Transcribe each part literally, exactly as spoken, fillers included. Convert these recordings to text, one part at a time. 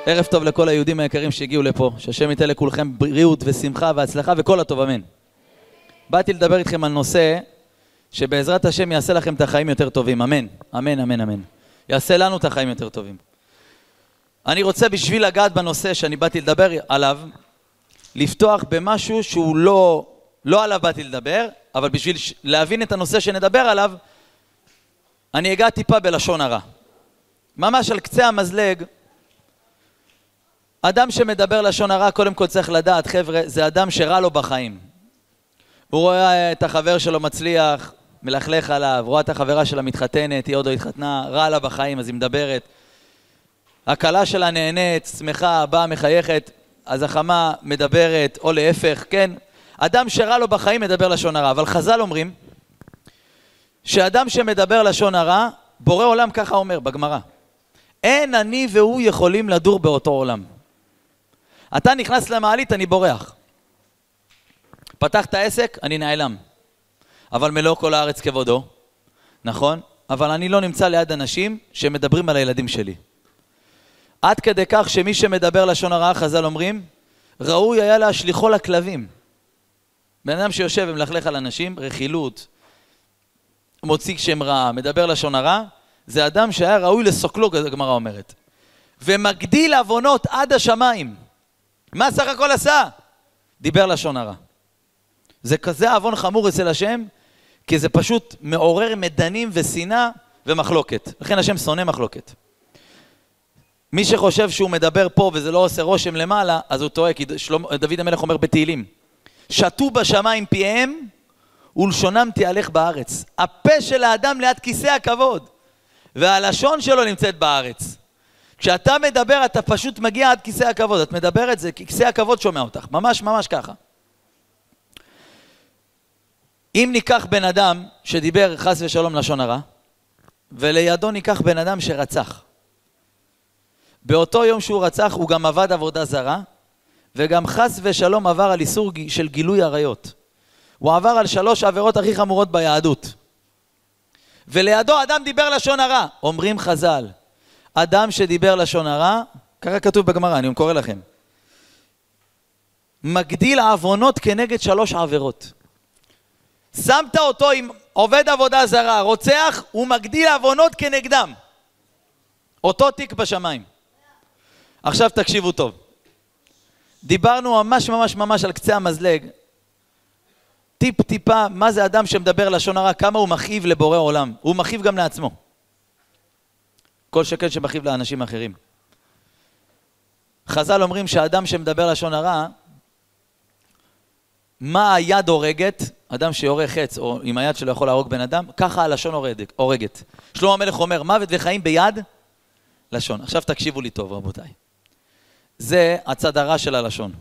ערב טוב לכל היהודים היקרים שהגיעו לפה, שהשם ייתן לכולכם בריאות ושמחה והצלחה וכל הטוב, אמן. באתי לדבר איתכם על נושא שבעזרת השם יעשה לכם את החיים יותר טובים, אמן, אמן, אמן, אמן. יעשה לנו את החיים יותר טובים. אני רוצה בשביל לגעת בנושא שאני באתי לדבר עליו, לפתוח במשהו שהוא לא, לא עליו באתי לדבר, אבל בשביל להבין את הנושא שנדבר עליו, אני אגע טיפה בלשון הרע. ממש על קצה המזלג, אדם שמדבר לשון הרע, קודם כל צריך לדעת, חבר'ה, זה אדם שרע לו בחיים. הוא רואה את החבר שלו מצליח, מלכלך עליו, רואה את החברה שלה מתחתנת, היא עוד לא התחתנה, רע לה בחיים, אז היא מדברת. הקלה שלה נהנית, שמחה, באה, מחייכת, אז החמה מדברת, או להפך, כן? אדם שרע לו בחיים מדבר לשון הרע, אבל חז"ל אומרים, שאדם שמדבר לשון הרע, בורא עולם ככה אומר בגמרא. אין אני והוא יכולים לדור באותו עולם. אתה נכנס למעלית, אני בורח. פתח את העסק, אני נעלם. אבל מלוא כל הארץ כבודו, נכון? אבל אני לא נמצא ליד אנשים שמדברים על הילדים שלי. עד כדי כך שמי שמדבר לשון הרע, חז"ל אומרים, ראוי היה להשליחו לכלבים. בן אדם שיושב ומלכלך על אנשים, רכילות, מוציא שם רע, מדבר לשון הרע, זה אדם שהיה ראוי לסוקלו, הגמרא אומרת. ומגדיל עוונות עד השמיים. מה סך הכל עשה? דיבר לשון הרע. זה כזה עוון חמור אצל השם, כי זה פשוט מעורר מדנים ושנאה ומחלוקת. לכן השם שונא מחלוקת. מי שחושב שהוא מדבר פה וזה לא עושה רושם למעלה, אז הוא טועה, כי שלום, דוד המלך אומר בתהילים, שתו בשמיים פיהם ולשונם תהלך בארץ. הפה של האדם ליד כיסא הכבוד, והלשון שלו נמצאת בארץ. כשאתה מדבר, אתה פשוט מגיע עד כיסא הכבוד. את מדברת, זה כיסא הכבוד שומע אותך. ממש ממש ככה. אם ניקח בן אדם שדיבר חס ושלום לשון הרע, ולידו ניקח בן אדם שרצח. באותו יום שהוא רצח, הוא גם עבד עבודה זרה, וגם חס ושלום עבר על איסור של גילוי עריות. הוא עבר על שלוש עבירות הכי חמורות ביהדות. ולידו אדם דיבר לשון הרע. אומרים חז"ל, אדם שדיבר לשון הרע, ככה כתוב בגמרא, אני קורא לכם, מגדיל עוונות כנגד שלוש עבירות. שמת אותו עם עובד עבודה זרה, רוצח, הוא מגדיל עוונות כנגדם. אותו תיק בשמיים. עכשיו תקשיבו טוב. דיברנו ממש ממש ממש על קצה המזלג. טיפ טיפה, מה זה אדם שמדבר לשון הרע, כמה הוא מכאיב לבורא עולם. הוא מכאיב גם לעצמו. כל שקל שמכאיב לאנשים אחרים. חז"ל אומרים שהאדם שמדבר לשון הרע, מה היד הורגת? אדם שיורה חץ, או עם היד שלו יכול להרוג בן אדם, ככה הלשון הורגת. שלמה המלך אומר, מוות וחיים ביד לשון. עכשיו תקשיבו לי טוב, רבותיי. זה הצד הרע של הלשון.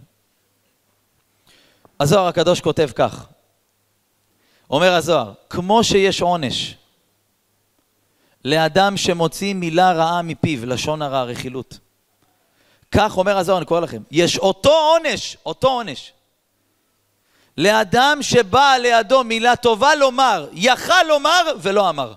הזוהר הקדוש כותב כך. אומר הזוהר, כמו שיש עונש לאדם שמוציא מילה רעה מפיו, לשון הרע, רכילות. כך אומר הזוהר, אני קורא לכם, יש אותו עונש, אותו עונש. לאדם שבא לידו מילה טובה לומר, יכל לומר ולא אמר.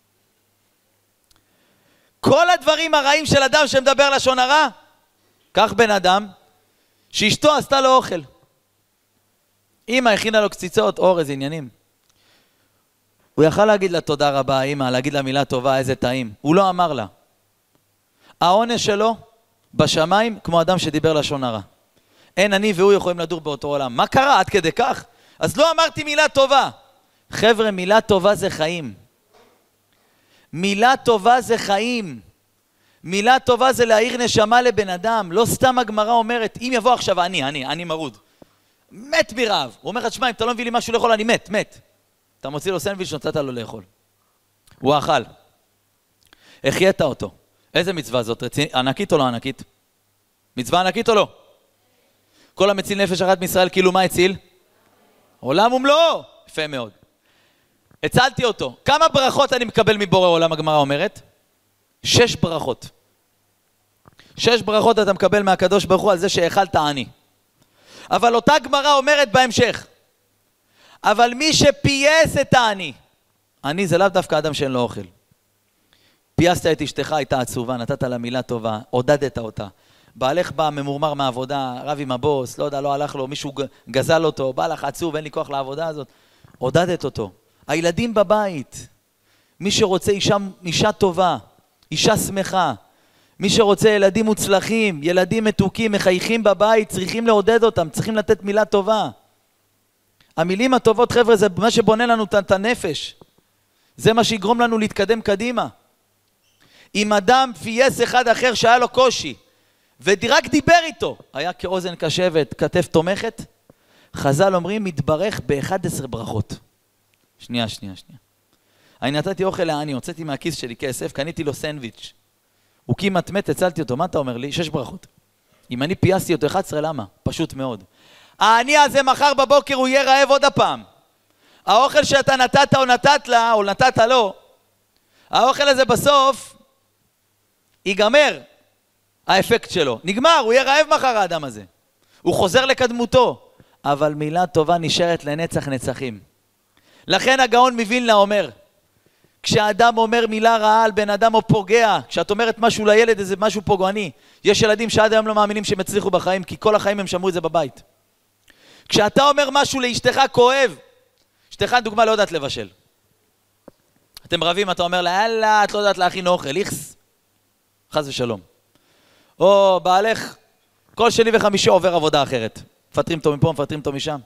כל הדברים הרעים של אדם שמדבר לשון הרע, כך בן אדם שאשתו עשתה לו אוכל. אמא הכינה לו קציצות, אורז, עניינים. הוא יכל להגיד לה תודה רבה, אמא, להגיד לה מילה טובה, איזה טעים. הוא לא אמר לה. העונש שלו בשמיים כמו אדם שדיבר לשון הרע. אין אני והוא יכולים לדור באותו עולם. מה קרה עד כדי כך? אז לא אמרתי מילה טובה. חבר'ה, מילה טובה זה חיים. מילה טובה זה חיים. מילה טובה זה להעיר נשמה לבן אדם. לא סתם הגמרא אומרת, אם יבוא עכשיו אני, אני, אני מרוד. מת ברעב. הוא אומר לך, תשמע, אם אתה לא מביא לי משהו לאכול, אני מת, מת. אתה מוציא לו סנדוויץ' שנתת לו לאכול. הוא אכל. החייתה אותו. איזה מצווה זאת? רצינית? ענקית או לא ענקית? מצווה ענקית או לא? כל המציל נפש אחת מישראל, כאילו מה הציל? עולם ומלואו. יפה מאוד. הצלתי אותו. כמה ברכות אני מקבל מבורא עולם, הגמרא אומרת? שש ברכות. שש ברכות אתה מקבל מהקדוש ברוך הוא על זה שהאכלת עני. אבל אותה גמרא אומרת בהמשך, אבל מי שפייס את העני, עני זה לאו דווקא אדם שאין לו אוכל. פייסת את אשתך, הייתה עצובה, נתת לה מילה טובה, עודדת אותה. בעלך בא ממורמר מהעבודה, רב עם הבוס, לא יודע, לא הלך לו, מישהו גזל אותו, בא לך עצוב, אין לי כוח לעבודה הזאת. עודדת אותו. הילדים בבית, מי שרוצה אישה, אישה טובה, אישה שמחה, מי שרוצה ילדים מוצלחים, ילדים מתוקים, מחייכים בבית, צריכים לעודד אותם, צריכים לתת מילה טובה. המילים הטובות, חבר'ה, זה מה שבונה לנו את הנפש. זה מה שיגרום לנו להתקדם קדימה. אם אדם פייס אחד אחר שהיה לו קושי, ורק דיבר איתו, היה כאוזן קשבת, כתף תומכת, חז"ל אומרים, מתברך ב-אחת עשרה ברכות. שנייה, שנייה, שנייה. אני נתתי אוכל לעני, הוצאתי מהכיס שלי כסף, קניתי לו סנדוויץ'. הוא כמעט מת, הצלתי אותו, מה אתה אומר לי? שש ברכות. אם אני פייסתי אותו אחת עשרה, למה? פשוט מאוד. העני הזה מחר בבוקר הוא יהיה רעב עוד הפעם. האוכל שאתה נתת או נתת לה, או נתת לו, האוכל הזה בסוף ייגמר, האפקט שלו. נגמר, הוא יהיה רעב מחר האדם הזה. הוא חוזר לקדמותו. אבל מילה טובה נשארת לנצח נצחים. לכן הגאון מווילנה אומר, כשאדם אומר מילה רעה על בן אדם או פוגע, כשאת אומרת משהו לילד, איזה משהו פוגעני, יש ילדים שעד היום לא מאמינים שהם הצליחו בחיים, כי כל החיים הם שמרו את זה בבית. כשאתה אומר משהו לאשתך כואב, אשתך דוגמה לא יודעת לבשל. אתם רבים, אתה אומר לה, יאללה, את לא יודעת להכין אוכל, איכס, חס ושלום. או בעלך, כל שני וחמישי עובר עבודה אחרת. מפטרים אותו מפה, מפטרים אותו משם.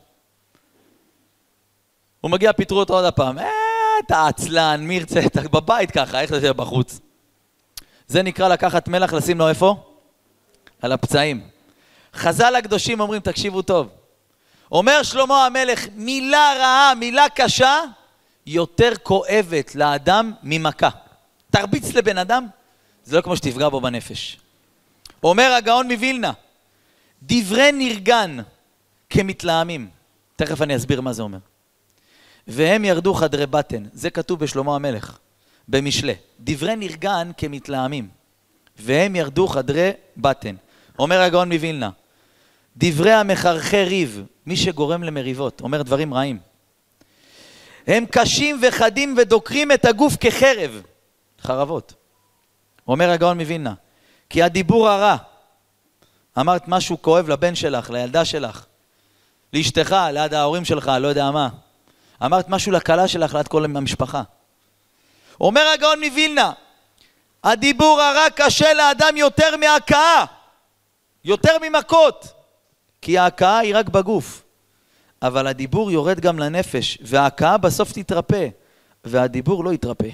הוא מגיע, פיטרו אותו עוד הפעם. אה, אתה עצלן, מי ירצה, אתה בבית ככה, איך אתה בחוץ? זה נקרא לקחת מלח, לשים לו איפה? על הפצעים. חז"ל הקדושים אומרים, תקשיבו טוב. אומר שלמה המלך, מילה רעה, מילה קשה, יותר כואבת לאדם ממכה. תרביץ לבן אדם, זה לא כמו שתפגע בו בנפש. אומר הגאון מווילנה, דברי נרגן כמתלהמים. תכף אני אסביר מה זה אומר. והם ירדו חדרי בטן, זה כתוב בשלמה המלך, במשלי. דברי נרגן כמתלהמים, והם ירדו חדרי בטן. אומר הגאון מווילנה, דברי המחרחי ריב, מי שגורם למריבות, אומר דברים רעים. הם קשים וחדים ודוקרים את הגוף כחרב, חרבות. אומר הגאון מווילנה, כי הדיבור הרע, אמרת משהו כואב לבן שלך, לילדה שלך, לאשתך, ליד ההורים שלך, לא יודע מה. אמרת משהו לקלה שלך, ליד כל המשפחה. אומר הגאון מווילנה, הדיבור הרע קשה לאדם יותר מההכאה, יותר ממכות, כי ההכאה היא רק בגוף. אבל הדיבור יורד גם לנפש, וההכאה בסוף תתרפא, והדיבור לא יתרפא.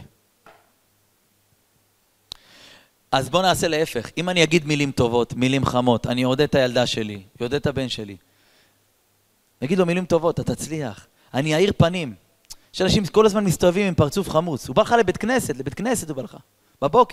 אז בוא נעשה להפך. אם אני אגיד מילים טובות, מילים חמות, אני יעודד את הילדה שלי, יעודד את הבן שלי. אגיד לו מילים טובות, אתה תצליח. אני אעיר פנים. יש אנשים כל הזמן מסתובבים עם פרצוף חמוץ. הוא בא לך לבית כנסת, לבית כנסת הוא בא לך. בבוקר.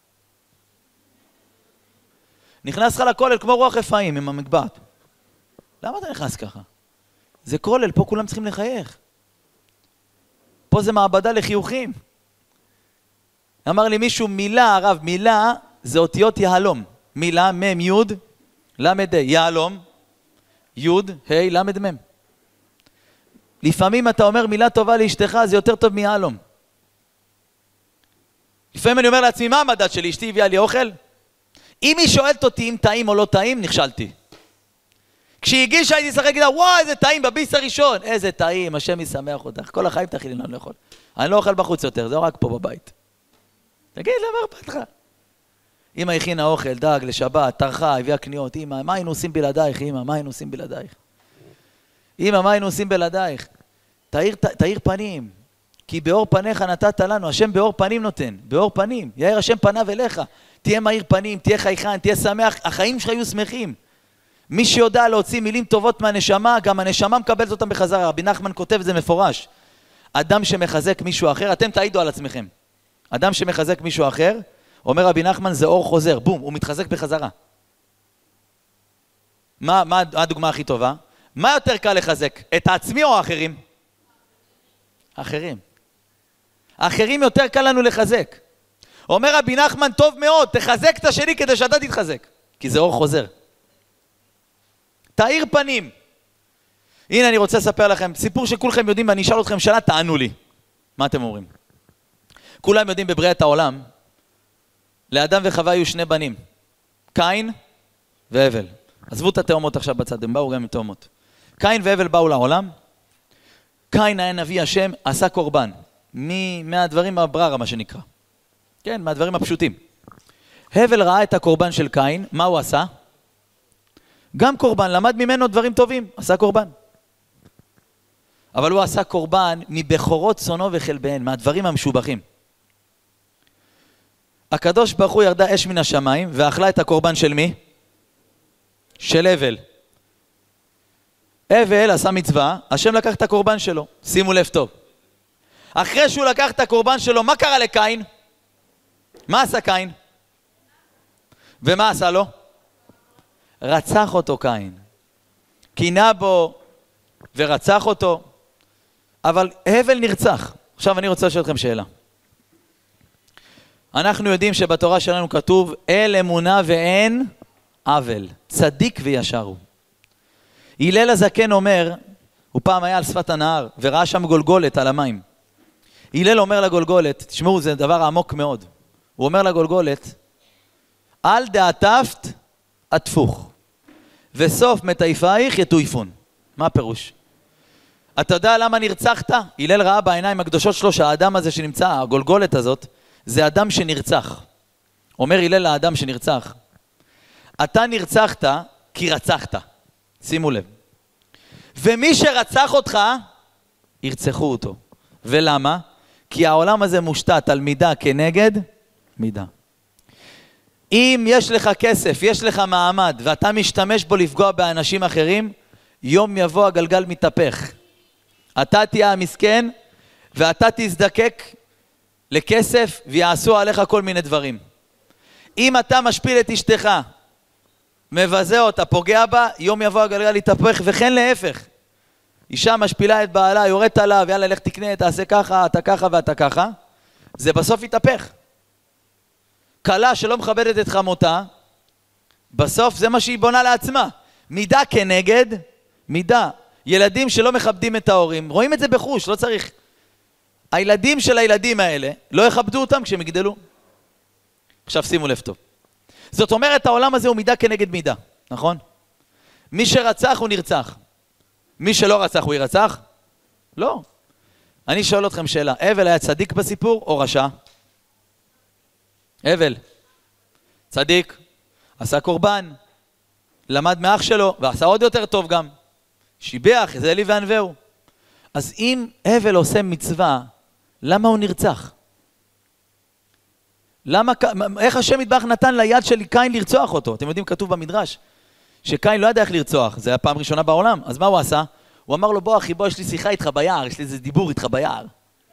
נכנס לך לכולל כמו רוח רפאים עם המגבעת. למה אתה נכנס ככה? זה כולל, פה כולם צריכים לחייך. פה זה מעבדה לחיוכים. אמר לי מישהו, מילה, הרב, מילה זה אותיות יהלום. מילה, מם, יוד, למד, יהלום, יוד, ה', למד, מם. לפעמים אתה אומר מילה טובה לאשתך, זה יותר טוב מיהלום. לפעמים אני אומר לעצמי, מה המדד שלי? אשתי הביאה לי אוכל? אם היא שואלת אותי אם טעים או לא טעים, נכשלתי. כשהיא הגישה הייתי צריך להגיד, וואו, איזה טעים, בביס הראשון. איזה טעים, השם ישמח אותך. כל החיים תאכילי, אני לא יכול. אני לא אוכל בחוץ יותר, זה רק פה בבית. תגיד, למה אכפת לך? אמא הכינה אוכל, דג לשבת, טרחה, הביאה קניות. אמא, מה היינו עושים בלעדייך? אמא, מה היינו עושים בלעדייך? אמא, מה היינו עושים בלעדייך? תאיר, תאיר פנים, כי באור פניך נתת לנו, השם באור פנים נותן, באור פנים, יאיר השם פניו אליך, תהיה מאיר פנים, תהיה חייכן, תהיה שמח, החיים שלך יהיו שמחים. מי שיודע להוציא מילים טובות מהנשמה, גם הנשמה מקבלת אותם בחזרה. רבי נחמן כותב את זה מפורש. אדם שמחזק מישהו אחר, אתם תעידו על עצמכם. אדם שמחזק מישהו אחר, אומר רבי נחמן, זה אור חוזר, בום, הוא מתחזק בחזרה. מה, מה הדוגמה הכי טובה? מה יותר קל לחזק? את העצמי או האחרים? האחרים. האחרים יותר קל לנו לחזק. אומר רבי נחמן, טוב מאוד, תחזק את השני כדי שאתה תתחזק. כי זה אור חוזר. תאיר פנים. הנה אני רוצה לספר לכם, סיפור שכולכם יודעים, ואני אשאל אתכם שאלה, תענו לי. מה אתם אומרים? כולם יודעים בבריאת העולם, לאדם וחווה היו שני בנים, קין והבל. עזבו את התאומות עכשיו בצד, הם באו גם עם תאומות. קין והבל באו לעולם. קין היה נביא השם, עשה קורבן. מ- מהדברים הבררה, מה שנקרא. כן, מהדברים הפשוטים. הבל ראה את הקורבן של קין, מה הוא עשה? גם קורבן, למד ממנו דברים טובים, עשה קורבן. אבל הוא עשה קורבן מבכורות צונו וחלביהן, מהדברים המשובחים. הקדוש ברוך הוא ירדה אש מן השמיים, ואכלה את הקורבן של מי? של הבל. הבל עשה מצווה, השם לקח את הקורבן שלו, שימו לב טוב. אחרי שהוא לקח את הקורבן שלו, מה קרה לקין? מה עשה קין? ומה עשה לו? רצח אותו קין. קינה בו ורצח אותו, אבל הבל נרצח. עכשיו אני רוצה לשאול אתכם שאלה. אנחנו יודעים שבתורה שלנו כתוב, אל אמונה ואין עוול, צדיק וישר הוא. הלל הזקן אומר, הוא פעם היה על שפת הנהר, וראה שם גולגולת על המים. הלל אומר לגולגולת, תשמעו, זה דבר עמוק מאוד. הוא אומר לגולגולת, אל דעטפת עטפוך, וסוף מטייפייך יטויפון. מה הפירוש? אתה יודע למה נרצחת? הלל ראה בעיניים הקדושות שלו שהאדם הזה שנמצא, הגולגולת הזאת, זה אדם שנרצח. אומר הלל לאדם שנרצח, אתה נרצחת כי רצחת. שימו לב. ומי שרצח אותך, ירצחו אותו. ולמה? כי העולם הזה מושתת על מידה כנגד מידה. אם יש לך כסף, יש לך מעמד, ואתה משתמש בו לפגוע באנשים אחרים, יום יבוא הגלגל מתהפך. אתה תהיה המסכן, ואתה תזדקק לכסף, ויעשו עליך כל מיני דברים. אם אתה משפיל את אשתך, מבזה אותה, פוגע בה, יום יבוא הגלגל להתהפך, וכן להפך. אישה משפילה את בעלה, יורדת עליו, יאללה, לך תקנה, תעשה ככה, אתה ככה ואתה ככה. זה בסוף יתהפך. קלה שלא מכבדת את חמותה, בסוף זה מה שהיא בונה לעצמה. מידה כנגד מידה. ילדים שלא מכבדים את ההורים, רואים את זה בחוש, לא צריך. הילדים של הילדים האלה לא יכבדו אותם כשהם יגדלו. עכשיו שימו לב טוב. זאת אומרת, העולם הזה הוא מידה כנגד מידה, נכון? מי שרצח הוא נרצח. מי שלא רצח הוא ירצח? לא. אני שואל אתכם שאלה, הבל היה צדיק בסיפור או רשע? הבל. צדיק. עשה קורבן. למד מאח שלו, ועשה עוד יותר טוב גם. שיבח, זה לי וענווהו. אז אם הבל עושה מצווה, למה הוא נרצח? למה, איך השם יתברך נתן ליד של קין לרצוח אותו? אתם יודעים, כתוב במדרש, שקין לא ידע איך לרצוח, זה היה פעם ראשונה בעולם. אז מה הוא עשה? הוא אמר לו, בוא אחי, בוא, יש לי שיחה איתך ביער, יש לי איזה דיבור איתך ביער.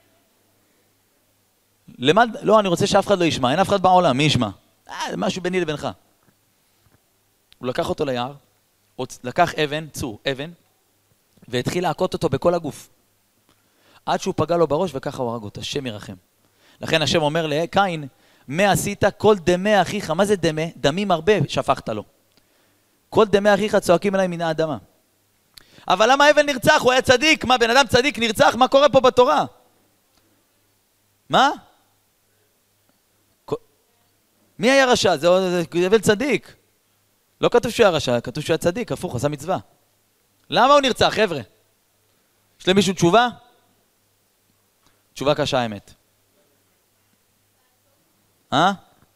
למד, לא, אני רוצה שאף אחד לא ישמע, אין אף אחד בעולם, מי ישמע? אה, זה משהו ביני לבינך. הוא לקח אותו ליער, לקח אבן, צור, אבן, והתחיל להכות אותו בכל הגוף. עד שהוא פגע לו בראש וככה הוא הרג אותו, השם ירחם. לכן השם אומר לקין, מה עשית כל דמי אחיך? מה זה דמי? דמים הרבה שפכת לו. כל דמי אחיך צועקים אליי מן האדמה. אבל למה הבל נרצח? הוא היה צדיק. מה, בן אדם צדיק נרצח? מה קורה פה בתורה? מה? מי היה רשע? זה הבל צדיק. לא כתוב שהוא היה רשע, כתוב שהוא היה צדיק, הפוך, עשה מצווה. למה הוא נרצח, חבר'ה? יש למישהו תשובה? תשובה קשה, האמת. אה?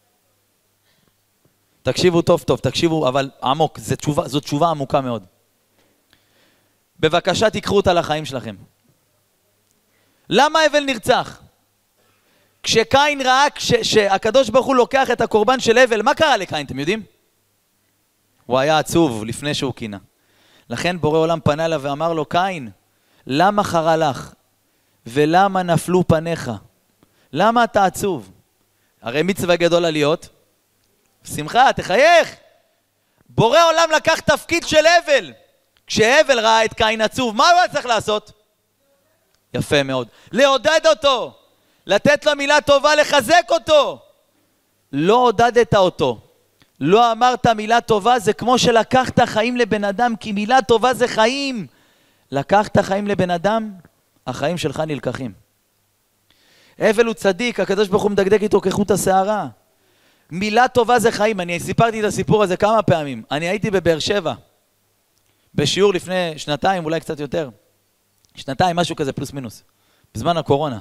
תקשיבו טוב טוב, תקשיבו, אבל עמוק, זו תשובה, זו תשובה עמוקה מאוד. בבקשה תיקחו אותה לחיים שלכם. למה הבל נרצח? כשקין ראה כש, שהקדוש ברוך הוא לוקח את הקורבן של הבל, מה קרה לקין, אתם יודעים? הוא היה עצוב לפני שהוא קינה. לכן בורא עולם פנה אליו ואמר לו, קין, למה חרה לך? ולמה נפלו פניך? למה אתה עצוב? הרי מצווה גדולה להיות. שמחה, תחייך. בורא עולם לקח תפקיד של הבל. כשהבל ראה את קין עצוב, מה הוא צריך לעשות? יפה מאוד. לעודד אותו. לתת לו מילה טובה, לחזק אותו. לא עודדת אותו. לא אמרת מילה טובה, זה כמו שלקחת חיים לבן אדם, כי מילה טובה זה חיים. לקחת חיים לבן אדם, החיים שלך נלקחים. הבל הוא צדיק, הקדוש ברוך הוא מדקדק איתו כחוט השערה. מילה טובה זה חיים. אני סיפרתי את הסיפור הזה כמה פעמים. אני הייתי בבאר שבע, בשיעור לפני שנתיים, אולי קצת יותר. שנתיים, משהו כזה, פלוס מינוס. בזמן הקורונה.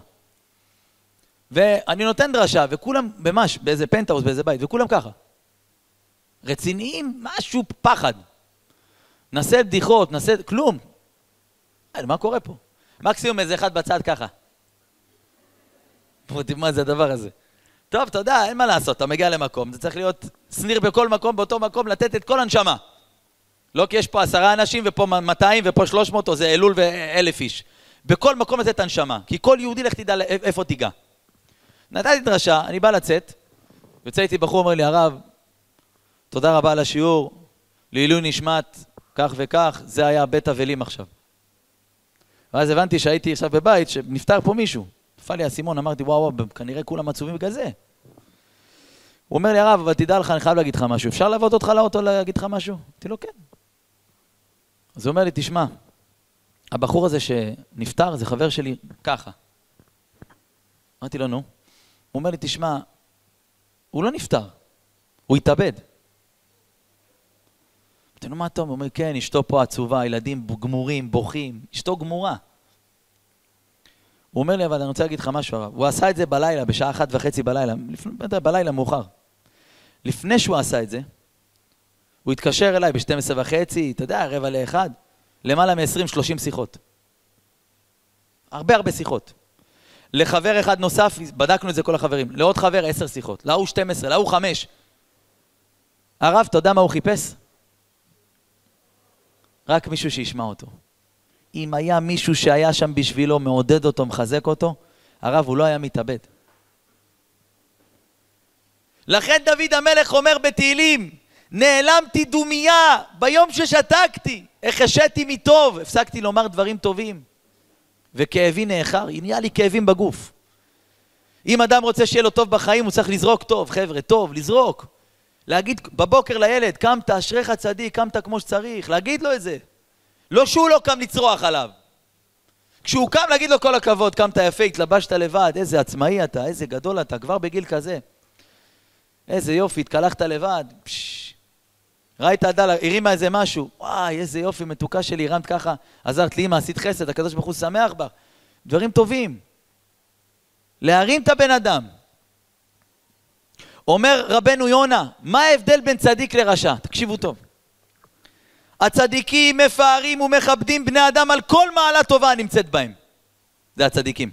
ואני נותן דרשה, וכולם ממש, באיזה פנטהאוס, באיזה בית, וכולם ככה. רציניים, משהו פחד. נעשה בדיחות, נעשה... כלום. מה קורה פה? מקסימום איזה אחד בצד ככה. מה זה הדבר הזה? טוב, אתה יודע, אין מה לעשות, אתה מגיע למקום, זה צריך להיות סניר בכל מקום, באותו מקום, לתת את כל הנשמה. לא כי יש פה עשרה אנשים, ופה מאתיים, ופה שלוש מאות, או זה אלול ואלף איש. בכל מקום לתת הנשמה, כי כל יהודי לך תדע איפה תיגע. נתתי דרשה, אני בא לצאת, יוצא איתי בחור, אומר לי, הרב, תודה רבה על השיעור, לעילוי נשמת, כך וכך, זה היה בית אבלים עכשיו. ואז הבנתי שהייתי עכשיו בבית, שנפטר פה מישהו. נפל לי הסימון, אמרתי, וואו, וואו, כנראה כולם עצובים בגלל זה. הוא אומר לי, הרב, אבל תדע לך, אני חייב להגיד לך משהו. אפשר לעבוד אותך לאוטו להגיד לך משהו? אמרתי לו, כן. אז הוא אומר לי, תשמע, הבחור הזה שנפטר, זה חבר שלי ככה. אמרתי לו, נו. הוא אומר לי, תשמע, הוא לא נפטר, הוא התאבד. אמרתי לו, מה אתה אומר? הוא אומר, כן, אשתו פה עצובה, ילדים גמורים, בוכים, אשתו גמורה. הוא אומר לי, אבל אני רוצה להגיד לך משהו, הרב. הוא עשה את זה בלילה, בשעה אחת וחצי בלילה, לפני, בלילה מאוחר. לפני שהוא עשה את זה, הוא התקשר אליי ב-שתים עשרה וחצי, אתה יודע, רבע לאחד, למעלה מ-עשרים שלושים שיחות. הרבה הרבה שיחות. לחבר אחד נוסף, בדקנו את זה כל החברים, לעוד חבר עשר שיחות, להוא שתים עשרה, להוא חמש. הרב, אתה יודע מה הוא חיפש? רק מישהו שישמע אותו. אם היה מישהו שהיה שם בשבילו, מעודד אותו, מחזק אותו, הרב הוא לא היה מתאבד. לכן דוד המלך אומר בתהילים, נעלמתי דומיה ביום ששתקתי, החשתי מטוב, הפסקתי לומר דברים טובים, וכאבי נאחר, נהיה לי כאבים בגוף. אם אדם רוצה שיהיה לו טוב בחיים, הוא צריך לזרוק טוב, חבר'ה, טוב, לזרוק. להגיד בבוקר לילד, קמת, אשריך צדיק, קמת כמו שצריך, להגיד לו את זה. לא שהוא לא קם לצרוח עליו. כשהוא קם להגיד לו כל הכבוד, קמת יפה, התלבשת לבד, איזה עצמאי אתה, איזה גדול אתה, כבר בגיל כזה. איזה יופי, התקלחת לבד. פש... ראית עדל, הרימה איזה משהו, וואי, איזה יופי, מתוקה שלי, הרמת ככה, עזרת לי, אמא, עשית חסד, הקדוש ברוך הוא שמח בה. דברים טובים. להרים את הבן אדם. אומר רבנו יונה, מה ההבדל בין צדיק לרשע? תקשיבו טוב. הצדיקים מפארים ומכבדים בני אדם על כל מעלה טובה הנמצאת בהם. זה הצדיקים.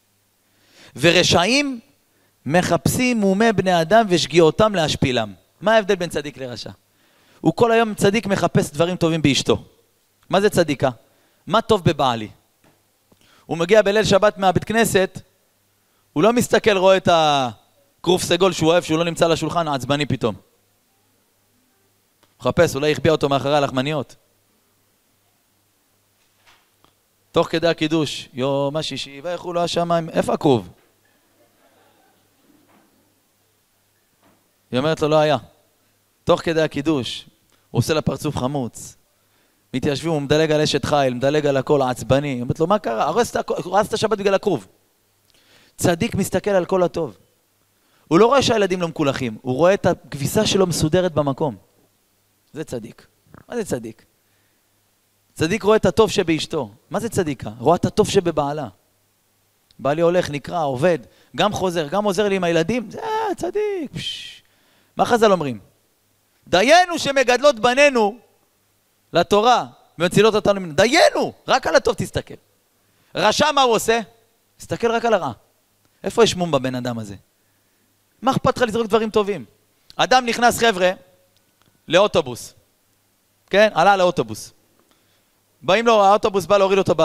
ורשעים מחפשים מומי בני אדם ושגיאותם להשפילם. מה ההבדל בין צדיק לרשע? הוא כל היום צדיק מחפש דברים טובים באשתו. מה זה צדיקה? מה טוב בבעלי? הוא מגיע בליל שבת מהבית כנסת, הוא לא מסתכל, רואה את הכרוף סגול שהוא אוהב, שהוא לא נמצא לשולחן, עצבני פתאום. מחפש, אולי יכביע אותו מאחורי הלחמניות. תוך כדי הקידוש, יום השישי, ויחולו לו השמיים, איפה הכרוב? היא אומרת לו, לא היה. תוך כדי הקידוש, הוא עושה לה פרצוף חמוץ. מתיישבים, הוא מדלג על אשת חיל, מדלג על הכל, העצבני. היא אומרת לו, מה קרה? הרס את השבת בגלל הכרוב. צדיק מסתכל על כל הטוב. הוא לא רואה שהילדים לא מקולחים, הוא רואה את הכביסה שלו מסודרת במקום. זה צדיק. מה זה צדיק? צדיק רואה את הטוב שבאשתו. מה זה צדיקה? רואה את הטוב שבבעלה. בעלי הולך, נקרא, עובד, גם חוזר, גם עוזר לי עם הילדים. זה צדיק. פש... מה חז"ל אומרים? דיינו שמגדלות בנינו לתורה ומצילות אותנו. דיינו! רק על הטוב תסתכל. רשע מה הוא עושה? תסתכל רק על הרע. איפה יש מום בבן אדם הזה? מה אכפת לך לזרוק דברים טובים? אדם נכנס, חבר'ה, לאוטובוס. כן? עלה לאוטובוס. באים לו, האוטובוס בא להוריד אותו ב...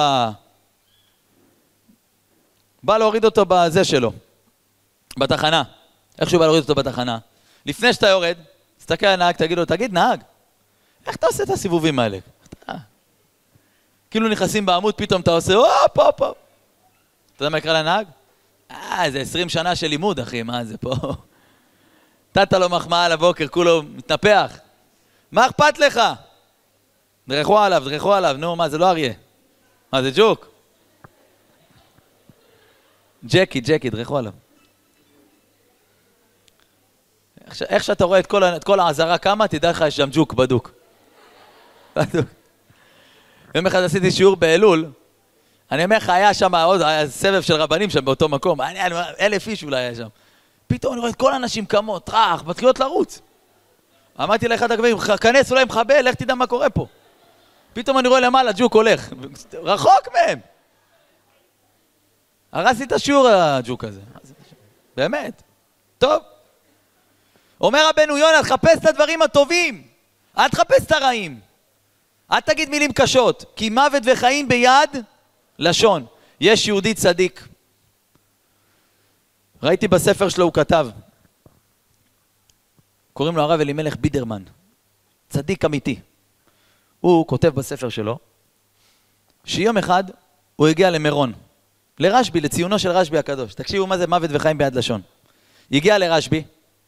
בא להוריד אותו בזה שלו. בתחנה. איך שהוא בא להוריד אותו בתחנה? לפני שאתה יורד, תסתכל על הנהג, תגיד לו, תגיד נהג, איך אתה עושה את הסיבובים האלה? אתה... כאילו נכנסים בעמוד, פתאום אתה עושה, הופ, הופ, הופ. אתה יודע מה יקרה לנהג? אה, זה עשרים שנה של לימוד, אחי, מה זה פה? נתת לו מחמאה לבוקר, כולו מתנפח. מה אכפת לך? דרכו עליו, דרכו עליו, נו, מה, זה לא אריה. מה, זה ג'וק? ג'קי, ג'קי, דרכו עליו. איך שאתה רואה את כל, את כל העזרה כמה, תדע לך, יש שם ג'וק בדוק. בדוק. יום אחד עשיתי שיעור באלול, אני אומר לך, היה שם עוד, היה סבב של רבנים שם באותו מקום, אני, אני, אלף איש אולי היה שם. פתאום אני רואה את כל האנשים כמות, טרח, מתחילות לרוץ. אמרתי לאחד הגברים, כנס אולי מחבל, לך תדע מה קורה פה. פתאום אני רואה למעלה, ג'וק הולך, רחוק מהם. הרסתי את השיעור הג'וק הזה. באמת. טוב. אומר רבנו יונה, תחפש את הדברים הטובים. אל תחפש את הרעים. אל תגיד מילים קשות. כי מוות וחיים ביד לשון. יש יהודי צדיק. ראיתי בספר שלו, הוא כתב. קוראים לו הרב אלימלך בידרמן. צדיק אמיתי. הוא כותב בספר שלו, שיום אחד הוא הגיע למירון. לרשבי, לציונו של רשבי הקדוש. תקשיבו מה זה מוות וחיים ביד לשון. הגיע לרשבי,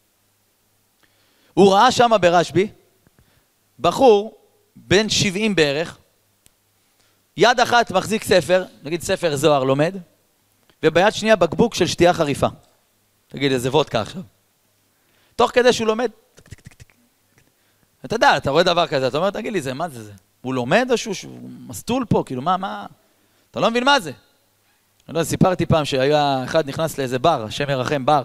הוא ראה שם ברשבי, בחור בן שבעים בערך, יד אחת מחזיק ספר, נגיד ספר זוהר לומד, וביד שנייה בקבוק של שתייה חריפה. תגיד, איזה וודקה עכשיו. תוך כדי שהוא לומד, אתה יודע, אתה רואה דבר כזה, אתה אומר, תגיד לי, זה, מה זה זה? הוא לומד או שהוא, שהוא מסטול פה? כאילו, מה, מה? אתה לא מבין מה זה? אני לא יודע, סיפרתי פעם שהיה אחד נכנס לאיזה בר, השם ירחם, בר.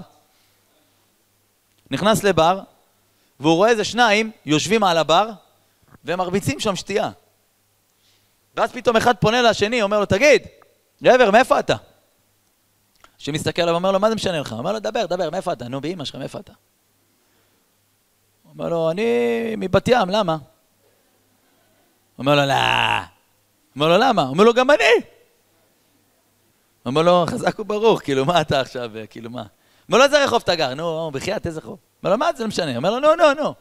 נכנס לבר, והוא רואה איזה שניים יושבים על הבר, והם מרביצים שם שתייה. ואז פתאום אחד פונה לשני, אומר לו, תגיד, גבר, מאיפה אתה? שמסתכל עליו, אומר לו, מה זה משנה לך? אומר לו, דבר, דבר, מאיפה אתה? נו, באמא שלך, מאיפה אתה? אומר לו, אני מבת ים, למה? אומר לו, לא. אומר לו, למה? אומר לו, גם אני. אומר לו, חזק וברוך, כאילו, מה אתה עכשיו, כאילו, מה? אומר לו, איזה רחוב אתה גר? נו, בחייאת, איזה רחוב? אומר לו, מה זה לא משנה? אומר לו, נו, נו, נו.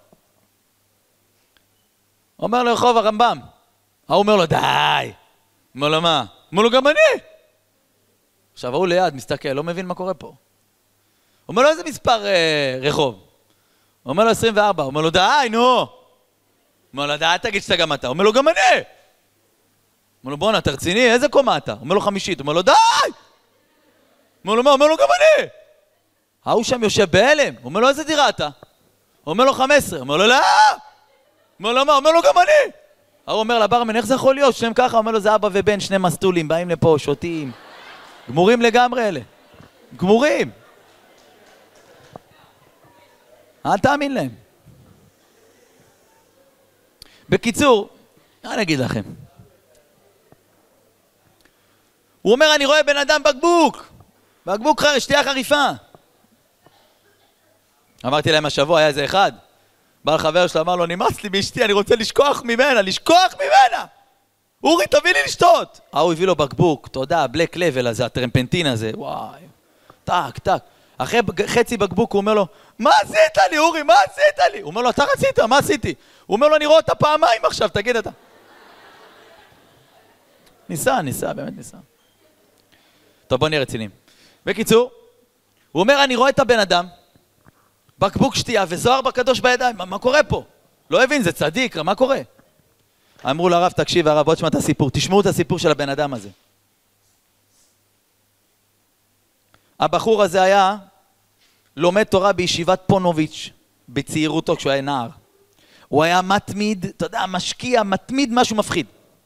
אומר לו, רחוב הרמב"ם. הוא אומר לו, די. אומר לו, מה? אומר לו, גם אני. עכשיו, הוא ליד, מסתכל, לא מבין מה קורה פה. אומר לו, איזה מספר אה, רחוב? אומר לו, עשרים וארבע. אומר לו, די, נו. אומר לו, די, תגיד שאתה גם אתה. אומר לו, גם אני. אומר לו, בוא'נה, אתה רציני? איזה קומה אתה? אומר לו, חמישית. אומר לו, די. אומר לו, מה? אומר לו, גם אני. ההוא שם יושב בהלם. אומר לו, איזה דירה אתה? אומר לו, חמש עשרה. אומר לו, לא. אומר לו, מה? אומר לו, גם אני. ההוא אומר לברמן, איך זה יכול להיות? שניהם ככה? אומר לו, זה אבא ובן, שני מסטולים, באים לפה, שותים. גמורים לגמרי אלה. גמורים. אל תאמין להם. בקיצור, אני אגיד לכם. הוא אומר, אני רואה בן אדם בקבוק. בקבוק שתייה חריפה. אמרתי להם השבוע, היה איזה אחד. בא לחבר שלו, אמר לו, נמאס לי מאשתי, אני רוצה לשכוח ממנה, לשכוח ממנה. אורי, תביא לי לשתות. הוא הביא לו בקבוק, תודה, בלק לבל הזה, הטרמפנטין הזה. וואי. טק, טק. אחרי חצי בקבוק הוא אומר לו, מה עשית לי, אורי, מה עשית לי? הוא אומר לו, אתה רצית, מה עשיתי? הוא אומר לו, אני רואה אותה פעמיים עכשיו, תגיד אתה. ניסה, ניסה, באמת ניסה. טוב, בוא נהיה רציניים. בקיצור, הוא אומר, אני רואה את הבן אדם, בקבוק שתייה וזוהר בקדוש בידיים, מה, מה קורה פה? לא הבין, זה צדיק, מה קורה? אמרו לרב, תקשיב, הרב, בוא תשמע את הסיפור, תשמעו את הסיפור של הבן אדם הזה. הבחור הזה היה לומד תורה בישיבת פונוביץ' בצעירותו כשהוא היה נער. הוא היה מתמיד, אתה יודע, משקיע, מתמיד משהו מפחיד.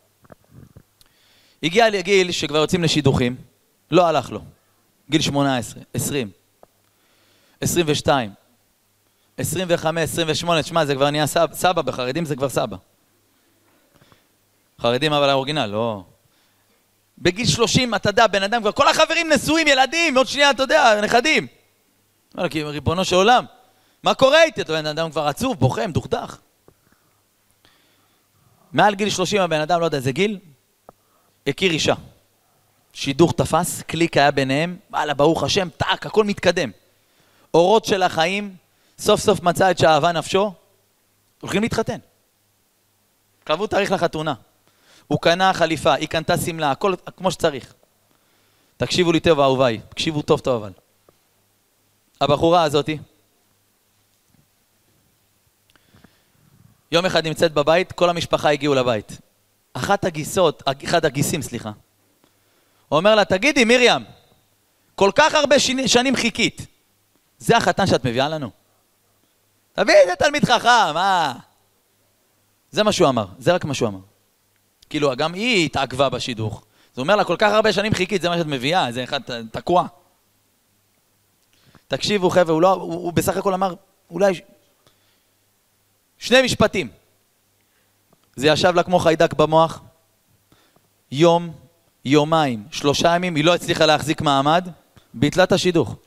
הגיע לגיל שכבר יוצאים לשידוכים, לא הלך לו. גיל שמונה עשרה, עשרים, עשרים ושתיים, עשרים וחמש, עשרים ושמונה, תשמע, זה כבר נהיה סבא, סבא, בחרדים זה כבר סבא. חרדים אבל האורגינל, לא. בגיל שלושים, אתה יודע, בן אדם כבר, כל החברים נשואים, ילדים, עוד שנייה, אתה יודע, נכדים. אבל כי ריבונו של עולם, מה קורה איתי? אתה בן אדם כבר עצוב, בוכה, מדוכדך. מעל גיל שלושים הבן אדם, לא יודע, זה גיל, הכיר אישה. שידוך תפס, קליק היה ביניהם, וואלה, ברוך השם, טק, הכל מתקדם. אורות של החיים, סוף סוף מצא את שאהבה נפשו, הולכים להתחתן. קבעו תאריך לחתונה. הוא קנה חליפה, היא קנתה סמלה, הכל כמו שצריך. תקשיבו לי טוב, אהוביי, תקשיבו טוב טוב אבל. הבחורה הזאתי, יום אחד נמצאת בבית, כל המשפחה הגיעו לבית. אחת הגיסות, אחד הגיסים, סליחה. הוא אומר לה, תגידי מרים, כל כך הרבה שנים חיכית, זה החתן שאת מביאה לנו? תביא את זה תלמיד חכם, מה? זה מה שהוא אמר, זה רק מה שהוא אמר. כאילו, גם היא התעכבה בשידוך. זה אומר לה, כל כך הרבה שנים חיכית, זה מה שאת מביאה, זה אחד תקוע. תקשיבו חבר'ה, הוא, לא, הוא, הוא בסך הכל אמר, אולי שני משפטים. זה ישב לה כמו חיידק במוח, יום, יומיים, שלושה ימים, היא לא הצליחה להחזיק מעמד, ביטלה את השידוך.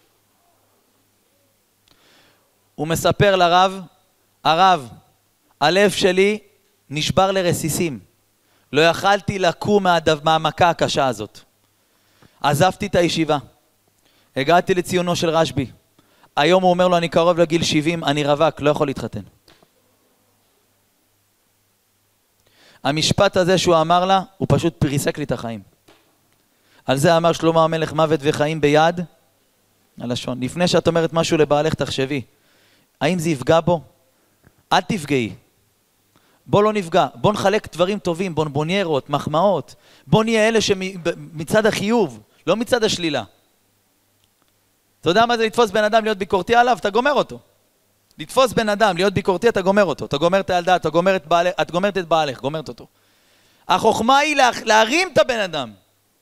הוא מספר לרב, הרב, הלב שלי נשבר לרסיסים. לא יכלתי לקום מהמכה הקשה הזאת. עזבתי את הישיבה. הגעתי לציונו של רשב"י. היום הוא אומר לו, אני קרוב לגיל שבעים, אני רווק, לא יכול להתחתן. המשפט הזה שהוא אמר לה, הוא פשוט פריסק לי את החיים. על זה אמר שלמה המלך, מוות וחיים ביד הלשון. לפני שאת אומרת משהו לבעלך, תחשבי. האם זה יפגע בו? אל תפגעי. בוא לא נפגע. בוא נחלק דברים טובים, בונבוניירות, מחמאות. בוא נהיה אלה שמצד החיוב, לא מצד השלילה. אתה יודע מה זה לתפוס בן אדם להיות ביקורתי עליו? אתה גומר אותו. לתפוס בן אדם, להיות ביקורתי, אתה גומר אותו. אתה גומר את הילדה, אתה גומר את בעלך, את גומרת את בעלך, גומרת אותו. החוכמה היא לה, להרים את הבן אדם.